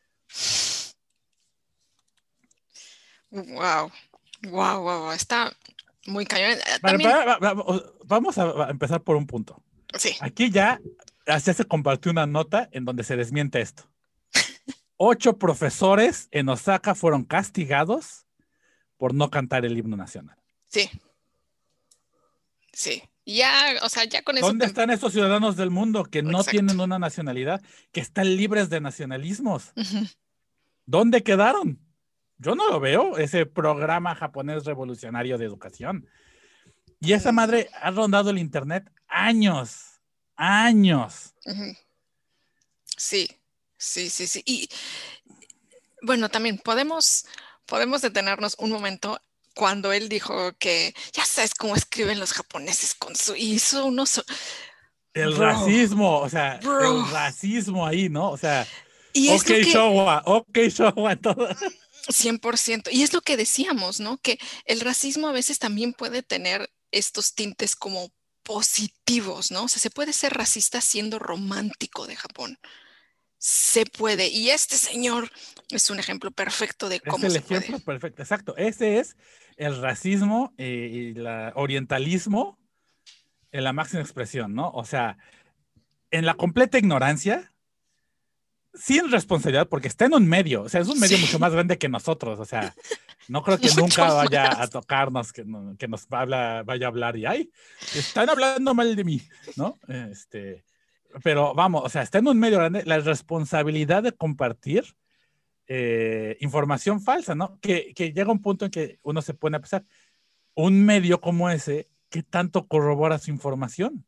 Speaker 2: Wow. Wow, wow. Está muy cañón. Eh,
Speaker 1: Para,
Speaker 2: También,
Speaker 1: para- va- va- vamos a, a empezar por un punto.
Speaker 2: sí.
Speaker 1: Aquí ya, ya se compartió una nota en donde se desmiente esto. Ocho profesores en Osaka fueron castigados por no cantar el himno nacional.
Speaker 2: Sí. Sí. Ya, o sea, ya con eso
Speaker 1: ¿Dónde
Speaker 2: te...
Speaker 1: están esos ciudadanos del mundo que no
Speaker 2: Exacto.
Speaker 1: tienen una nacionalidad, que están libres de nacionalismos?
Speaker 2: Ujú.
Speaker 1: ¿Dónde quedaron? Yo no lo veo, ese programa japonés revolucionario de educación. Y esa madre ha rondado el internet años, años.
Speaker 2: Ujú. Sí, sí, sí, sí. Y bueno, también podemos, podemos detenernos un momento cuando él dijo que ya sabes cómo escriben los japoneses con su... Y hizo unos...
Speaker 1: El
Speaker 2: Bro,
Speaker 1: racismo, o sea,
Speaker 2: bro.
Speaker 1: el racismo ahí, ¿no? O sea,
Speaker 2: Y es
Speaker 1: ok,
Speaker 2: lo que...
Speaker 1: Showa, ok, Showa, todo.
Speaker 2: cien por ciento. Y es lo que decíamos, ¿no? Que el racismo a veces también puede tener estos tintes como positivos, ¿no? O sea, se puede ser racista siendo romántico de Japón. Se puede. Y este señor es un ejemplo perfecto de
Speaker 1: Es
Speaker 2: cómo
Speaker 1: el
Speaker 2: se puede.
Speaker 1: ejemplo perfecto, exacto. Ese es el racismo eh, y el orientalismo en la máxima expresión, ¿no? O sea, en la completa ignorancia, sin responsabilidad, porque está en un medio, o sea, es un medio
Speaker 2: Sí,
Speaker 1: mucho más grande que nosotros, o sea, no creo que
Speaker 2: mucho
Speaker 1: nunca vaya a
Speaker 2: más.
Speaker 1: tocarnos, que, no- que nos habla, vaya a hablar y, ay, están hablando mal de mí, ¿no? Este, pero vamos, o sea, está en un medio grande, la responsabilidad de compartir eh, información falsa, ¿no? Que, que llega un punto en que uno se pone a pensar, un medio como ese, ¿qué tanto corrobora su información?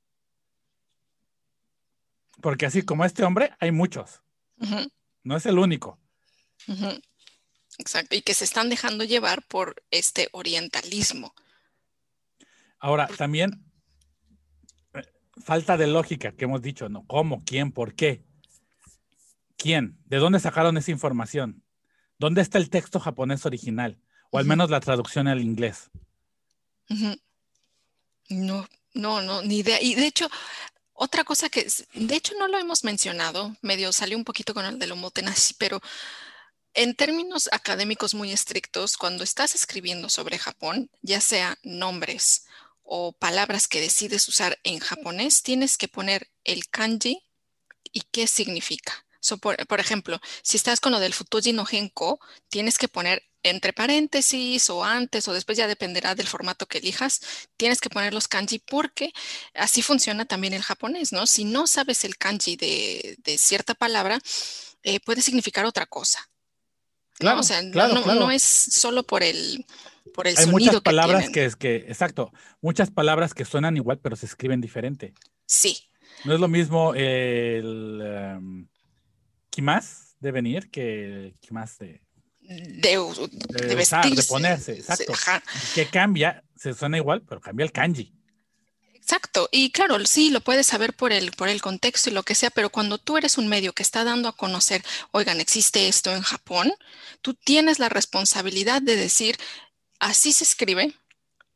Speaker 1: Porque así como este hombre, hay muchos,
Speaker 2: Ujú,
Speaker 1: no es el único.
Speaker 2: ujú. Exacto. Y que se están dejando llevar por este orientalismo.
Speaker 1: Ahora, también eh, falta de lógica que hemos dicho, ¿no? ¿Cómo? ¿Quién? ¿Por qué? ¿Quién? ¿De dónde sacaron esa información? ¿Dónde está el texto japonés original? O al
Speaker 2: Ujú,
Speaker 1: menos la traducción al inglés.
Speaker 2: ujú. No, no, no, ni idea. Y de hecho, otra cosa que, es- de hecho, no lo hemos mencionado, medio salió un poquito con el del omotenashi, pero en términos académicos muy estrictos, cuando estás escribiendo sobre Japón, ya sea nombres o palabras que decides usar en japonés, tienes que poner el kanji y qué significa. So, por, por ejemplo, si estás con lo del Futoji no Genko, tienes que poner entre paréntesis o antes o después, ya dependerá del formato que elijas, tienes que poner los kanji porque así funciona también el japonés, ¿no? Si no sabes el kanji de, de cierta palabra, eh, puede significar otra cosa, ¿no? O
Speaker 1: Claro,
Speaker 2: sea, no,
Speaker 1: claro,
Speaker 2: no, no
Speaker 1: claro.
Speaker 2: es solo por el, por el
Speaker 1: Hay muchas
Speaker 2: sonido que
Speaker 1: palabras
Speaker 2: tienen.
Speaker 1: que es que, exacto, muchas palabras que suenan igual, pero se escriben diferente.
Speaker 2: Sí,
Speaker 1: No es lo mismo el um, kimas de venir que kimas de,
Speaker 2: de,
Speaker 1: de
Speaker 2: de
Speaker 1: usar, de
Speaker 2: vestirse.
Speaker 1: ponerse,
Speaker 2: Sí,
Speaker 1: exacto.
Speaker 2: ajá.
Speaker 1: ¿Y qué cambia? Se suena igual, pero cambia el kanji.
Speaker 2: Exacto, y claro, sí, lo puedes saber por el, por el contexto y lo que sea, pero cuando tú eres un medio que está dando a conocer, oigan, existe esto en Japón, tú tienes la responsabilidad de decir, así se escribe,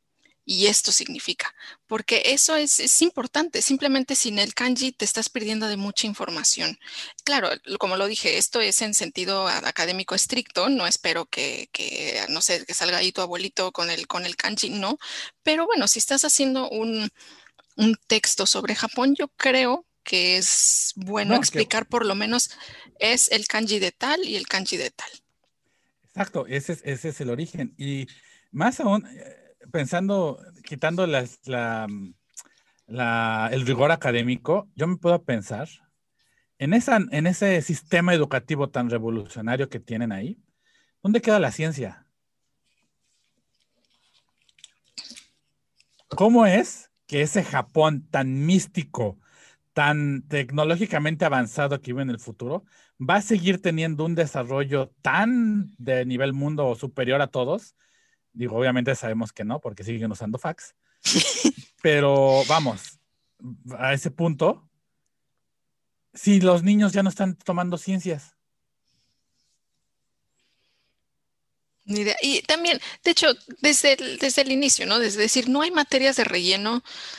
Speaker 2: y esto significa, porque eso es, es importante. Simplemente sin el kanji te estás perdiendo de mucha información. Claro, como lo dije, esto es en sentido académico estricto. No espero que, que no sé, que salga ahí tu abuelito con el, con el kanji, no. Pero bueno, si estás haciendo un, un texto sobre Japón, yo creo que es bueno
Speaker 1: No, que
Speaker 2: explicar por lo menos es el kanji de tal y el kanji de tal.
Speaker 1: exacto, ese es, ese es el origen. Y más aún, eh, pensando, quitando las, la, la- el rigor académico, yo me puedo pensar en, esa, en ese sistema educativo tan revolucionario que tienen ahí, ¿dónde queda la ciencia? ¿Cómo es que ese Japón tan místico, tan tecnológicamente avanzado que vive en el futuro, va a seguir teniendo un desarrollo tan de nivel mundo superior a todos? Digo, obviamente sabemos que no, porque siguen usando fax, pero vamos, a ese punto, si los niños ya no están tomando ciencias.
Speaker 2: Ni idea. Y también, de hecho, desde el, desde el inicio, ¿no? Desde decir, no hay materias de relleno.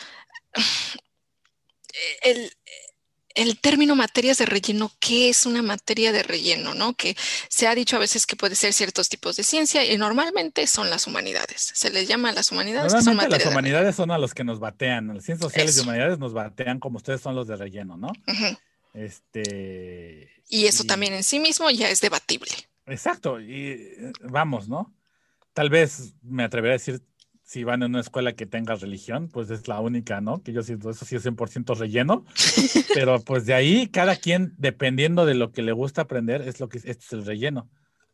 Speaker 2: El, el término materias de relleno, ¿qué es una materia de relleno, no? Que se ha dicho a veces que puede ser ciertos tipos de ciencia y normalmente son las humanidades. Se les llama a las humanidades que son
Speaker 1: Normalmente las
Speaker 2: materias de relleno.
Speaker 1: humanidades son a los que nos batean, las ciencias sociales y
Speaker 2: Eso.
Speaker 1: humanidades nos batean como ustedes son los de relleno, ¿no?
Speaker 2: Ujú.
Speaker 1: Este,
Speaker 2: Y eso también
Speaker 1: y
Speaker 2: en sí mismo ya es debatible.
Speaker 1: exacto, y eh, vamos, ¿no? Tal vez me atrevería a decir, si van en una escuela que tenga religión, pues es la única, ¿no? Que yo siento, eso sí es cien por ciento relleno, pero pues de ahí cada quien, dependiendo de lo que le gusta aprender, es lo que esto es el relleno.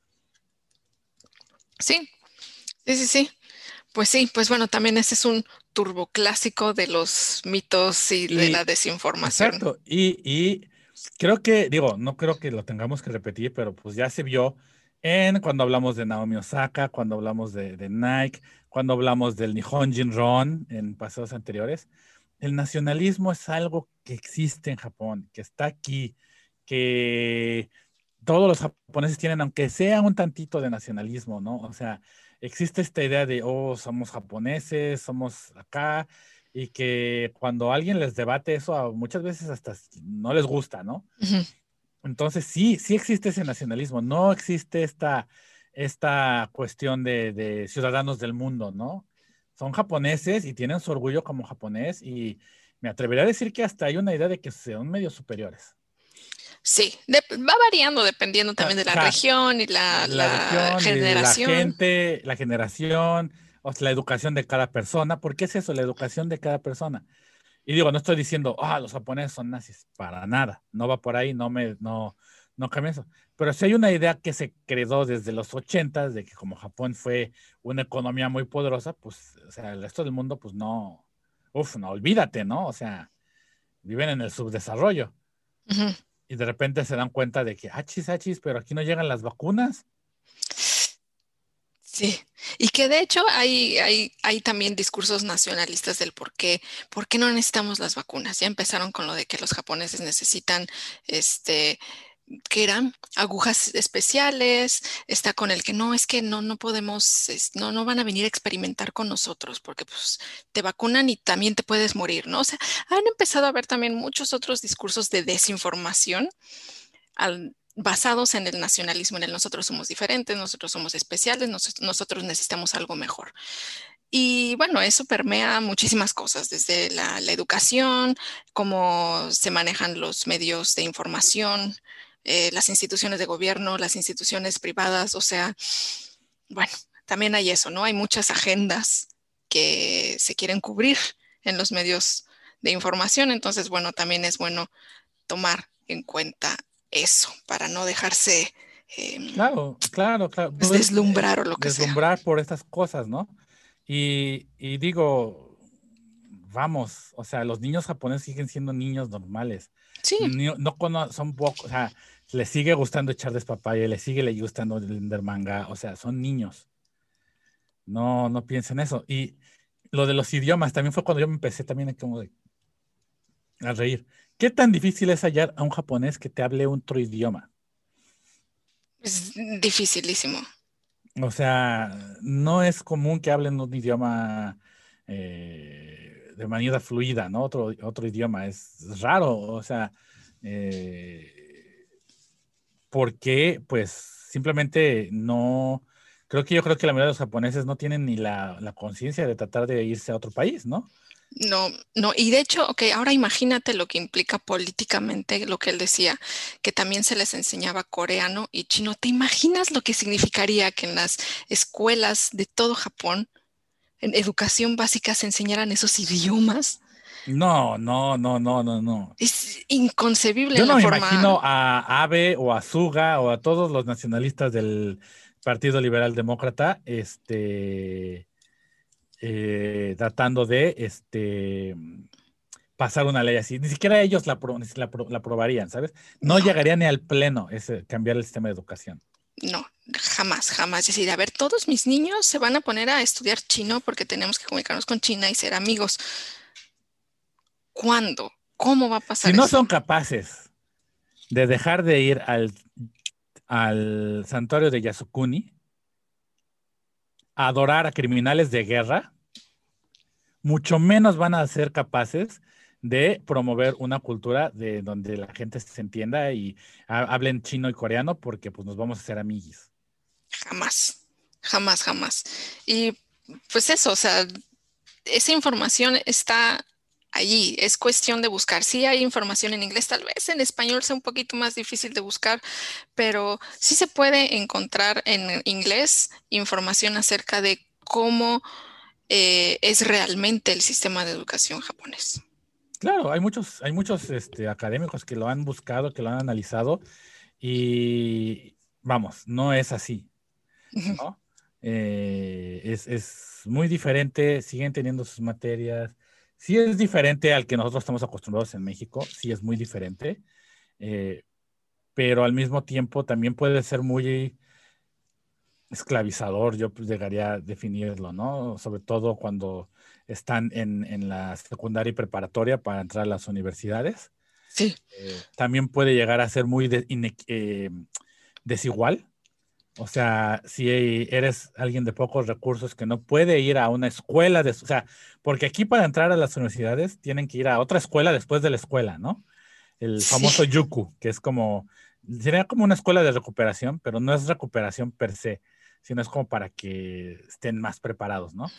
Speaker 2: Sí, sí, sí, sí. Pues sí, pues bueno, también ese es un turbo clásico de los mitos y de la
Speaker 1: Y,
Speaker 2: desinformación.
Speaker 1: exacto, y, y creo que, digo, no creo que lo tengamos que repetir, pero pues ya se vio en cuando hablamos de Naomi Osaka, cuando hablamos de, de Nike, cuando hablamos del Nihon Jinron en pasados anteriores. El nacionalismo es algo que existe en Japón, que está aquí, que todos los japoneses tienen, aunque sea un tantito de nacionalismo, ¿no? O sea, existe esta idea de, oh, somos japoneses, somos acá, y que cuando alguien les debate eso, a- muchas veces hasta no les gusta, ¿no?
Speaker 2: Ujú.
Speaker 1: Entonces sí, sí existe ese nacionalismo, no existe esta, esta cuestión de, de ciudadanos del mundo, ¿no? Son japoneses y tienen su orgullo como japonés y me atrevería a decir que hasta hay una idea de que son medios superiores.
Speaker 2: Sí, de- va variando dependiendo también de la
Speaker 1: Ajá,
Speaker 2: región y la,
Speaker 1: la
Speaker 2: la
Speaker 1: región, de la
Speaker 2: generación.
Speaker 1: gente, la generación, o sea, la educación de cada persona. ¿Por qué es eso? La educación de cada persona. Y digo, no estoy diciendo, ah, los japoneses son nazis, para nada, no va por ahí, no me, no, no cambia eso. Pero sí hay una idea que se creó desde los ochentas de que como Japón fue una economía muy poderosa, pues, o sea, el resto del mundo, pues no, uf, no, olvídate, ¿no? O sea, viven en el subdesarrollo.
Speaker 2: Ujú.
Speaker 1: Y de repente se dan cuenta de que, achis, achis, pero aquí no llegan las vacunas.
Speaker 2: Sí, y que de hecho hay, hay, hay también discursos nacionalistas del por qué, por qué no necesitamos las vacunas. Ya empezaron con lo de que los japoneses necesitan, este, ¿qué eran? Agujas especiales. Está con el que no, es que no, no podemos, es- no, no van a venir a experimentar con nosotros porque pues te vacunan y también te puedes morir, ¿no? O sea, han empezado a haber también muchos otros discursos de desinformación al- basados en el nacionalismo, en el nosotros somos diferentes, nosotros somos especiales, nos- nosotros necesitamos algo mejor. Y bueno, eso permea muchísimas cosas, desde la, la educación, cómo se manejan los medios de información, eh, las instituciones de gobierno, las instituciones privadas, o sea, bueno, también hay eso, ¿no? Hay muchas agendas que se quieren cubrir en los medios de información, entonces, bueno, también es bueno tomar en cuenta eso para no dejarse eh,
Speaker 1: Claro, claro, claro.
Speaker 2: pues,
Speaker 1: Pues, eh,
Speaker 2: deslumbrar o lo que sea.
Speaker 1: deslumbrar por estas cosas, ¿no? Y, y digo, vamos, o sea, los niños japoneses siguen siendo niños normales.
Speaker 2: Sí,
Speaker 1: Ni- no cono- son pocos, o sea, les sigue gustando echar despapaya, les sigue le gustando leer manga, o sea, son niños. No, no piensen eso. Y lo de los idiomas también fue cuando yo me empecé también a como de- a reír. ¿Qué tan difícil es hallar a un japonés que te hable otro idioma?
Speaker 2: es dificilísimo.
Speaker 1: O sea, no es común que hablen un idioma eh, de manera fluida, ¿no? Otro, otro idioma, es raro, o sea, eh, porque pues simplemente no, creo que yo creo que la mayoría de los japoneses no tienen ni la, la conciencia de tratar de irse a otro país, ¿no?
Speaker 2: No, no, y de hecho, ok, ahora imagínate lo que implica políticamente lo que él decía, que también se les enseñaba coreano y chino. ¿Te imaginas lo que significaría que en las escuelas de todo Japón, en educación básica, se enseñaran esos idiomas?
Speaker 1: No, no, no, no, no, no.
Speaker 2: Es inconcebible
Speaker 1: Yo
Speaker 2: en
Speaker 1: no
Speaker 2: la
Speaker 1: me
Speaker 2: forma.
Speaker 1: imagino a Abe o a Suga o a todos los nacionalistas del Partido Liberal Demócrata, este, eh, tratando de, este, pasar una ley así. Ni siquiera ellos la, apro- la, apro- la aprobarían, ¿sabes? No
Speaker 2: No,
Speaker 1: llegaría ni al pleno ese, cambiar el sistema de educación.
Speaker 2: no, jamás, jamás. Decir, a ver, todos mis niños se van a poner a estudiar chino porque tenemos que comunicarnos con China y ser amigos. ¿Cuándo? ¿Cómo va a
Speaker 1: Si
Speaker 2: pasar
Speaker 1: no
Speaker 2: eso?
Speaker 1: son capaces de dejar de ir al, al santuario de Yasukuni a adorar a criminales de guerra, mucho menos van a ser capaces de promover una cultura de donde la gente se entienda y ha- hablen chino y coreano porque pues nos vamos a hacer amiguis.
Speaker 2: Jamás, jamás, jamás. Y pues eso, o sea, esa información está allí, es cuestión de buscar. Sí hay información en inglés, tal vez en español sea un poquito más difícil de buscar, pero sí se puede encontrar en inglés información acerca de cómo eh, es realmente el sistema de educación japonés.
Speaker 1: Claro, hay muchos, hay muchos este, académicos que lo han buscado, que lo han analizado y vamos, no es así,
Speaker 2: Ujú.
Speaker 1: ¿no? Eh, es, es muy diferente, siguen teniendo sus materias, sí es diferente al que nosotros estamos acostumbrados en México, sí es muy diferente, eh, pero al mismo tiempo también puede ser muy esclavizador, yo pues llegaría a definirlo, ¿no? Sobre todo cuando están en, en la secundaria y preparatoria para entrar a las universidades.
Speaker 2: Sí,
Speaker 1: Eh, también puede llegar a ser muy de- ine- eh, desigual. O sea, si eres alguien de pocos recursos que no puede ir a una escuela, de, o sea, porque aquí para entrar a las universidades tienen que ir a otra escuela después de la escuela, ¿no? El
Speaker 2: sí,
Speaker 1: famoso yuku, que es como, sería como una escuela de recuperación, pero no es recuperación per se, sino es como para que estén más preparados, ¿no?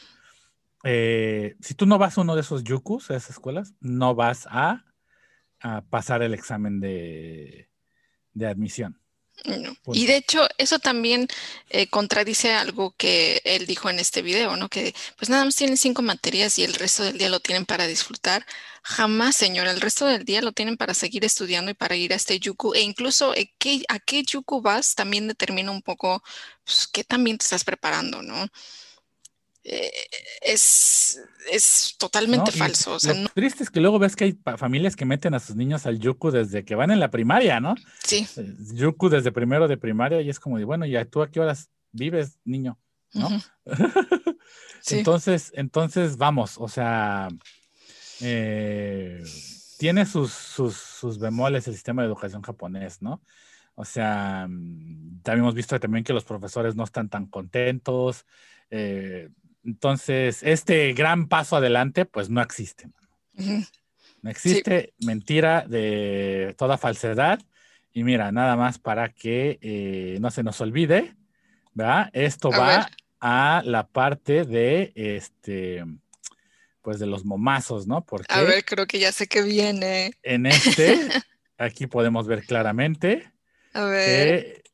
Speaker 1: Eh, si tú no vas a uno de esos yukus, a esas escuelas, no vas a, a pasar el examen de, de admisión.
Speaker 2: no. Y
Speaker 1: Punto.
Speaker 2: de hecho, eso también eh, contradice algo que él dijo en este video, ¿no? Que pues nada más tienen cinco materias y el resto del día lo tienen para disfrutar. Jamás, señor, el resto del día lo tienen para seguir estudiando y para ir a este yuku. E incluso eh, qué- a qué yuku vas también determina un poco pues, qué también te estás preparando, ¿no? Eh, es, es
Speaker 1: ¿No?
Speaker 2: totalmente
Speaker 1: Y
Speaker 2: falso. O sea,
Speaker 1: lo
Speaker 2: no,
Speaker 1: triste es que luego ves que hay pa- familias que meten a sus niños al yuku desde que van en la primaria, ¿no?
Speaker 2: sí.
Speaker 1: Eh, Yuku desde primero de primaria y es como de, bueno, ¿ya tú a qué horas vives, niño? ¿No?
Speaker 2: Ujú, sí.
Speaker 1: Entonces, entonces vamos, o sea, eh, tiene sus, sus, sus bemoles el sistema de educación japonés, ¿no? O sea, mm, también hemos visto también que los profesores no están tan contentos. eh, entonces, este gran paso adelante, pues no existe.
Speaker 2: Ujú,
Speaker 1: No
Speaker 2: sí.
Speaker 1: existe, mentira de toda falsedad. Y mira, nada más para que eh, no se nos olvide, ¿verdad? Esto
Speaker 2: A ver,
Speaker 1: va a la parte de este, pues de los momazos, ¿no?
Speaker 2: a
Speaker 1: Porque
Speaker 2: ver, creo que ya sé que viene.
Speaker 1: en este, aquí podemos ver claramente
Speaker 2: A ver.
Speaker 1: que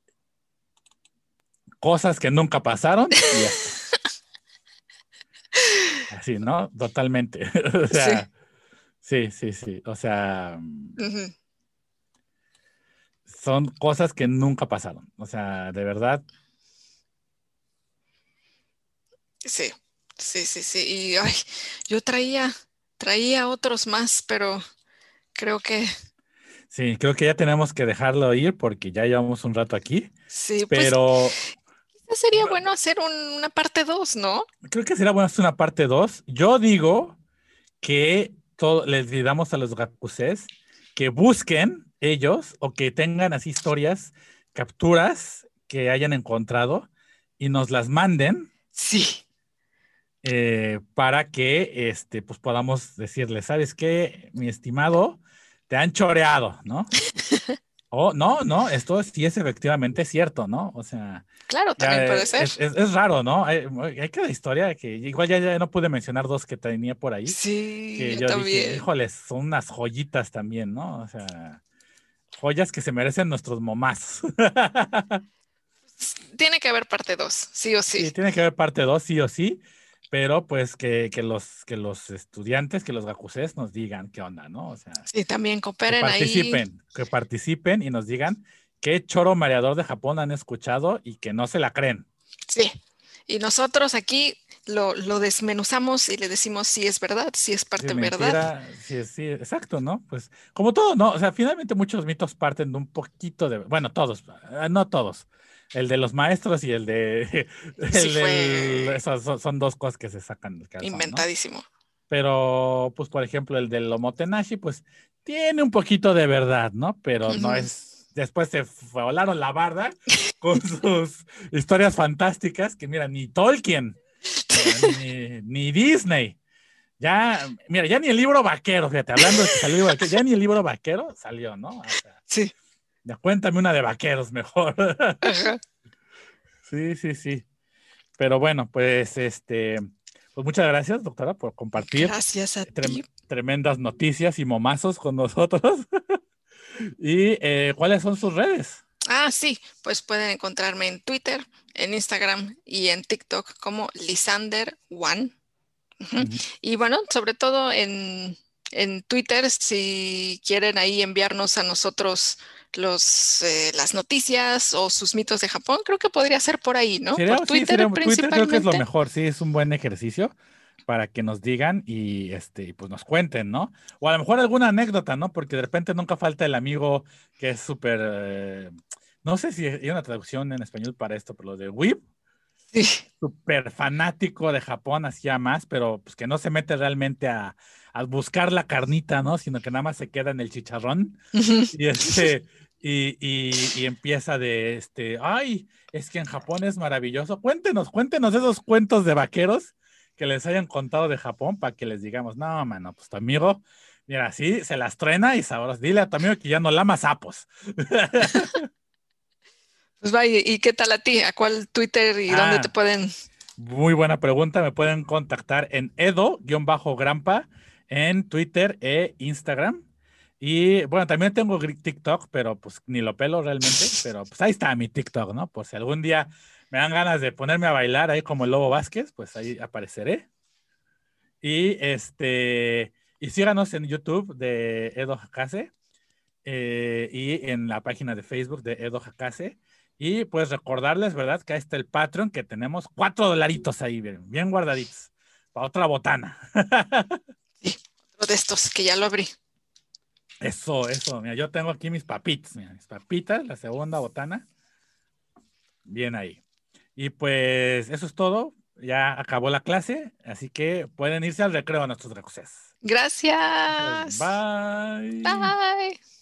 Speaker 1: cosas que nunca pasaron y esto. Así, ¿no? Totalmente. O
Speaker 2: Sí.
Speaker 1: sea, sí, sí, sí. O sea,
Speaker 2: Ujú,
Speaker 1: son cosas que nunca pasaron. O sea, de verdad.
Speaker 2: sí, sí, sí, sí. Y ay, yo traía, traía otros más, pero creo que
Speaker 1: Sí, creo que ya tenemos que dejarlo ir porque ya llevamos un rato aquí,
Speaker 2: sí, pues
Speaker 1: pero
Speaker 2: quizás sería bueno hacer un- una parte dos, ¿no?
Speaker 1: creo que será bueno hacer una parte dos. Yo digo que todo, les digamos a los gakuses que busquen ellos o que tengan así historias, capturas que hayan encontrado y nos las manden
Speaker 2: Sí,
Speaker 1: eh, para que este, pues podamos decirle, ¿sabes qué, mi estimado? Te han choreado, ¿no? Oh, no, no, esto sí es efectivamente cierto, ¿no? O sea,
Speaker 2: Claro,
Speaker 1: ya
Speaker 2: también puede
Speaker 1: eh,
Speaker 2: ser.
Speaker 1: es, es, es raro, ¿no? Hay, hay cada historia que igual ya, ya no pude mencionar dos que tenía por ahí,
Speaker 2: Sí,
Speaker 1: que
Speaker 2: yo
Speaker 1: yo dije,
Speaker 2: también.
Speaker 1: híjoles, son unas joyitas también, ¿no? O sea, joyas que se merecen nuestros momás.
Speaker 2: Tiene que haber parte dos, sí o sí.
Speaker 1: Sí, tiene que haber parte dos, sí o sí, pero pues que, que los, que los estudiantes, que los gakusés nos digan qué onda, ¿no? O sea,
Speaker 2: Sí, también
Speaker 1: que
Speaker 2: cooperen ahí.
Speaker 1: participen, que participen y nos digan qué choro mareador de Japón han escuchado y que no se la creen.
Speaker 2: Sí. Y nosotros aquí lo, lo desmenuzamos y le decimos si es verdad, si es
Speaker 1: Si es
Speaker 2: parte verdad.
Speaker 1: mentira, sí, sí, exacto, ¿no? Pues como todo, ¿no? O sea, finalmente muchos mitos parten de un poquito de, bueno, todos, eh, no todos. El de los maestros y el de,
Speaker 2: Sí
Speaker 1: el del,
Speaker 2: fue
Speaker 1: esos son, son dos cosas que se sacan del calzón, ¿no?
Speaker 2: inventadísimo.
Speaker 1: Pero, pues, por ejemplo, el del Omotenashi, pues, tiene un poquito de verdad, ¿no? Pero no
Speaker 2: Ujú.
Speaker 1: es, después se volaron la barda con sus historias fantásticas, que mira, ni Tolkien, mira, ni, ni Disney. Ya, mira, ya ni el libro vaquero, fíjate, hablando de que salió el libro vaquero, ya ni el libro vaquero salió, ¿no? O sea,
Speaker 2: Sí.
Speaker 1: ya cuéntame una de vaqueros mejor.
Speaker 2: Ajá.
Speaker 1: Sí, sí, sí. Pero bueno, pues este, pues muchas gracias, doctora, por compartir
Speaker 2: Gracias a
Speaker 1: trem-
Speaker 2: ti.
Speaker 1: tremendas noticias y momazos con nosotros. ¿Y eh, cuáles son sus redes?
Speaker 2: Ah, sí, pues pueden encontrarme en Twitter, en Instagram y en TikTok como Lisander One. Ujú.
Speaker 1: Ujú.
Speaker 2: Y bueno, sobre todo en, en Twitter, si quieren ahí enviarnos a nosotros los, eh, las noticias o sus mitos de Japón, creo que podría ser por ahí, ¿no? Por
Speaker 1: Sería, sí,
Speaker 2: Twitter
Speaker 1: sería Twitter, creo que es lo
Speaker 2: principalmente.
Speaker 1: mejor, sí, es un buen ejercicio para que nos digan y este, y pues nos cuenten, ¿no? O a lo mejor alguna anécdota, ¿no? Porque de repente nunca falta el amigo que es súper, eh, no sé si hay una traducción en español para esto, pero lo de Weeb,
Speaker 2: Sí.
Speaker 1: súper fanático de Japón, hacía más, pero pues que no se mete realmente a, a buscar la carnita, ¿no? Sino que nada más se queda en el chicharrón
Speaker 2: Ujú.
Speaker 1: y este, y, y, y empieza de este, ay, es que en Japón es maravilloso. Cuéntenos, cuéntenos esos cuentos de vaqueros que les hayan contado de Japón para que les digamos, no, mano, pues tu amigo, mira, sí, se las truena y sabros. Dile a tu amigo que ya no lama sapos.
Speaker 2: Pues vaya, ¿y qué tal a ti? ¿A cuál Twitter y dónde te
Speaker 1: Ah,
Speaker 2: pueden?
Speaker 1: muy buena pregunta. Me pueden contactar en edo-grampa en Twitter e Instagram. Y bueno, también tengo gri- TikTok, pero pues ni lo pelo realmente. Pero pues ahí está mi TikTok, ¿no? Por si algún día me dan ganas de ponerme a bailar ahí como el Lobo Vázquez, pues ahí apareceré. Y este, y síganos en YouTube de Edo Hakase eh, y en la página de Facebook de Edo Hakase. Y pues recordarles, ¿verdad? Que ahí está el Patreon, que tenemos cuatro dolaritos ahí, bien, bien guardaditos, para otra botana.
Speaker 2: Sí, otro de estos que ya lo abrí.
Speaker 1: Eso, eso, mira, yo tengo aquí mis papitas, mira, mis papitas, la segunda botana, bien ahí. Y pues eso es todo, ya acabó la clase, así que pueden irse al recreo a nuestros recursos.
Speaker 2: Gracias.
Speaker 1: Bye.
Speaker 2: Bye.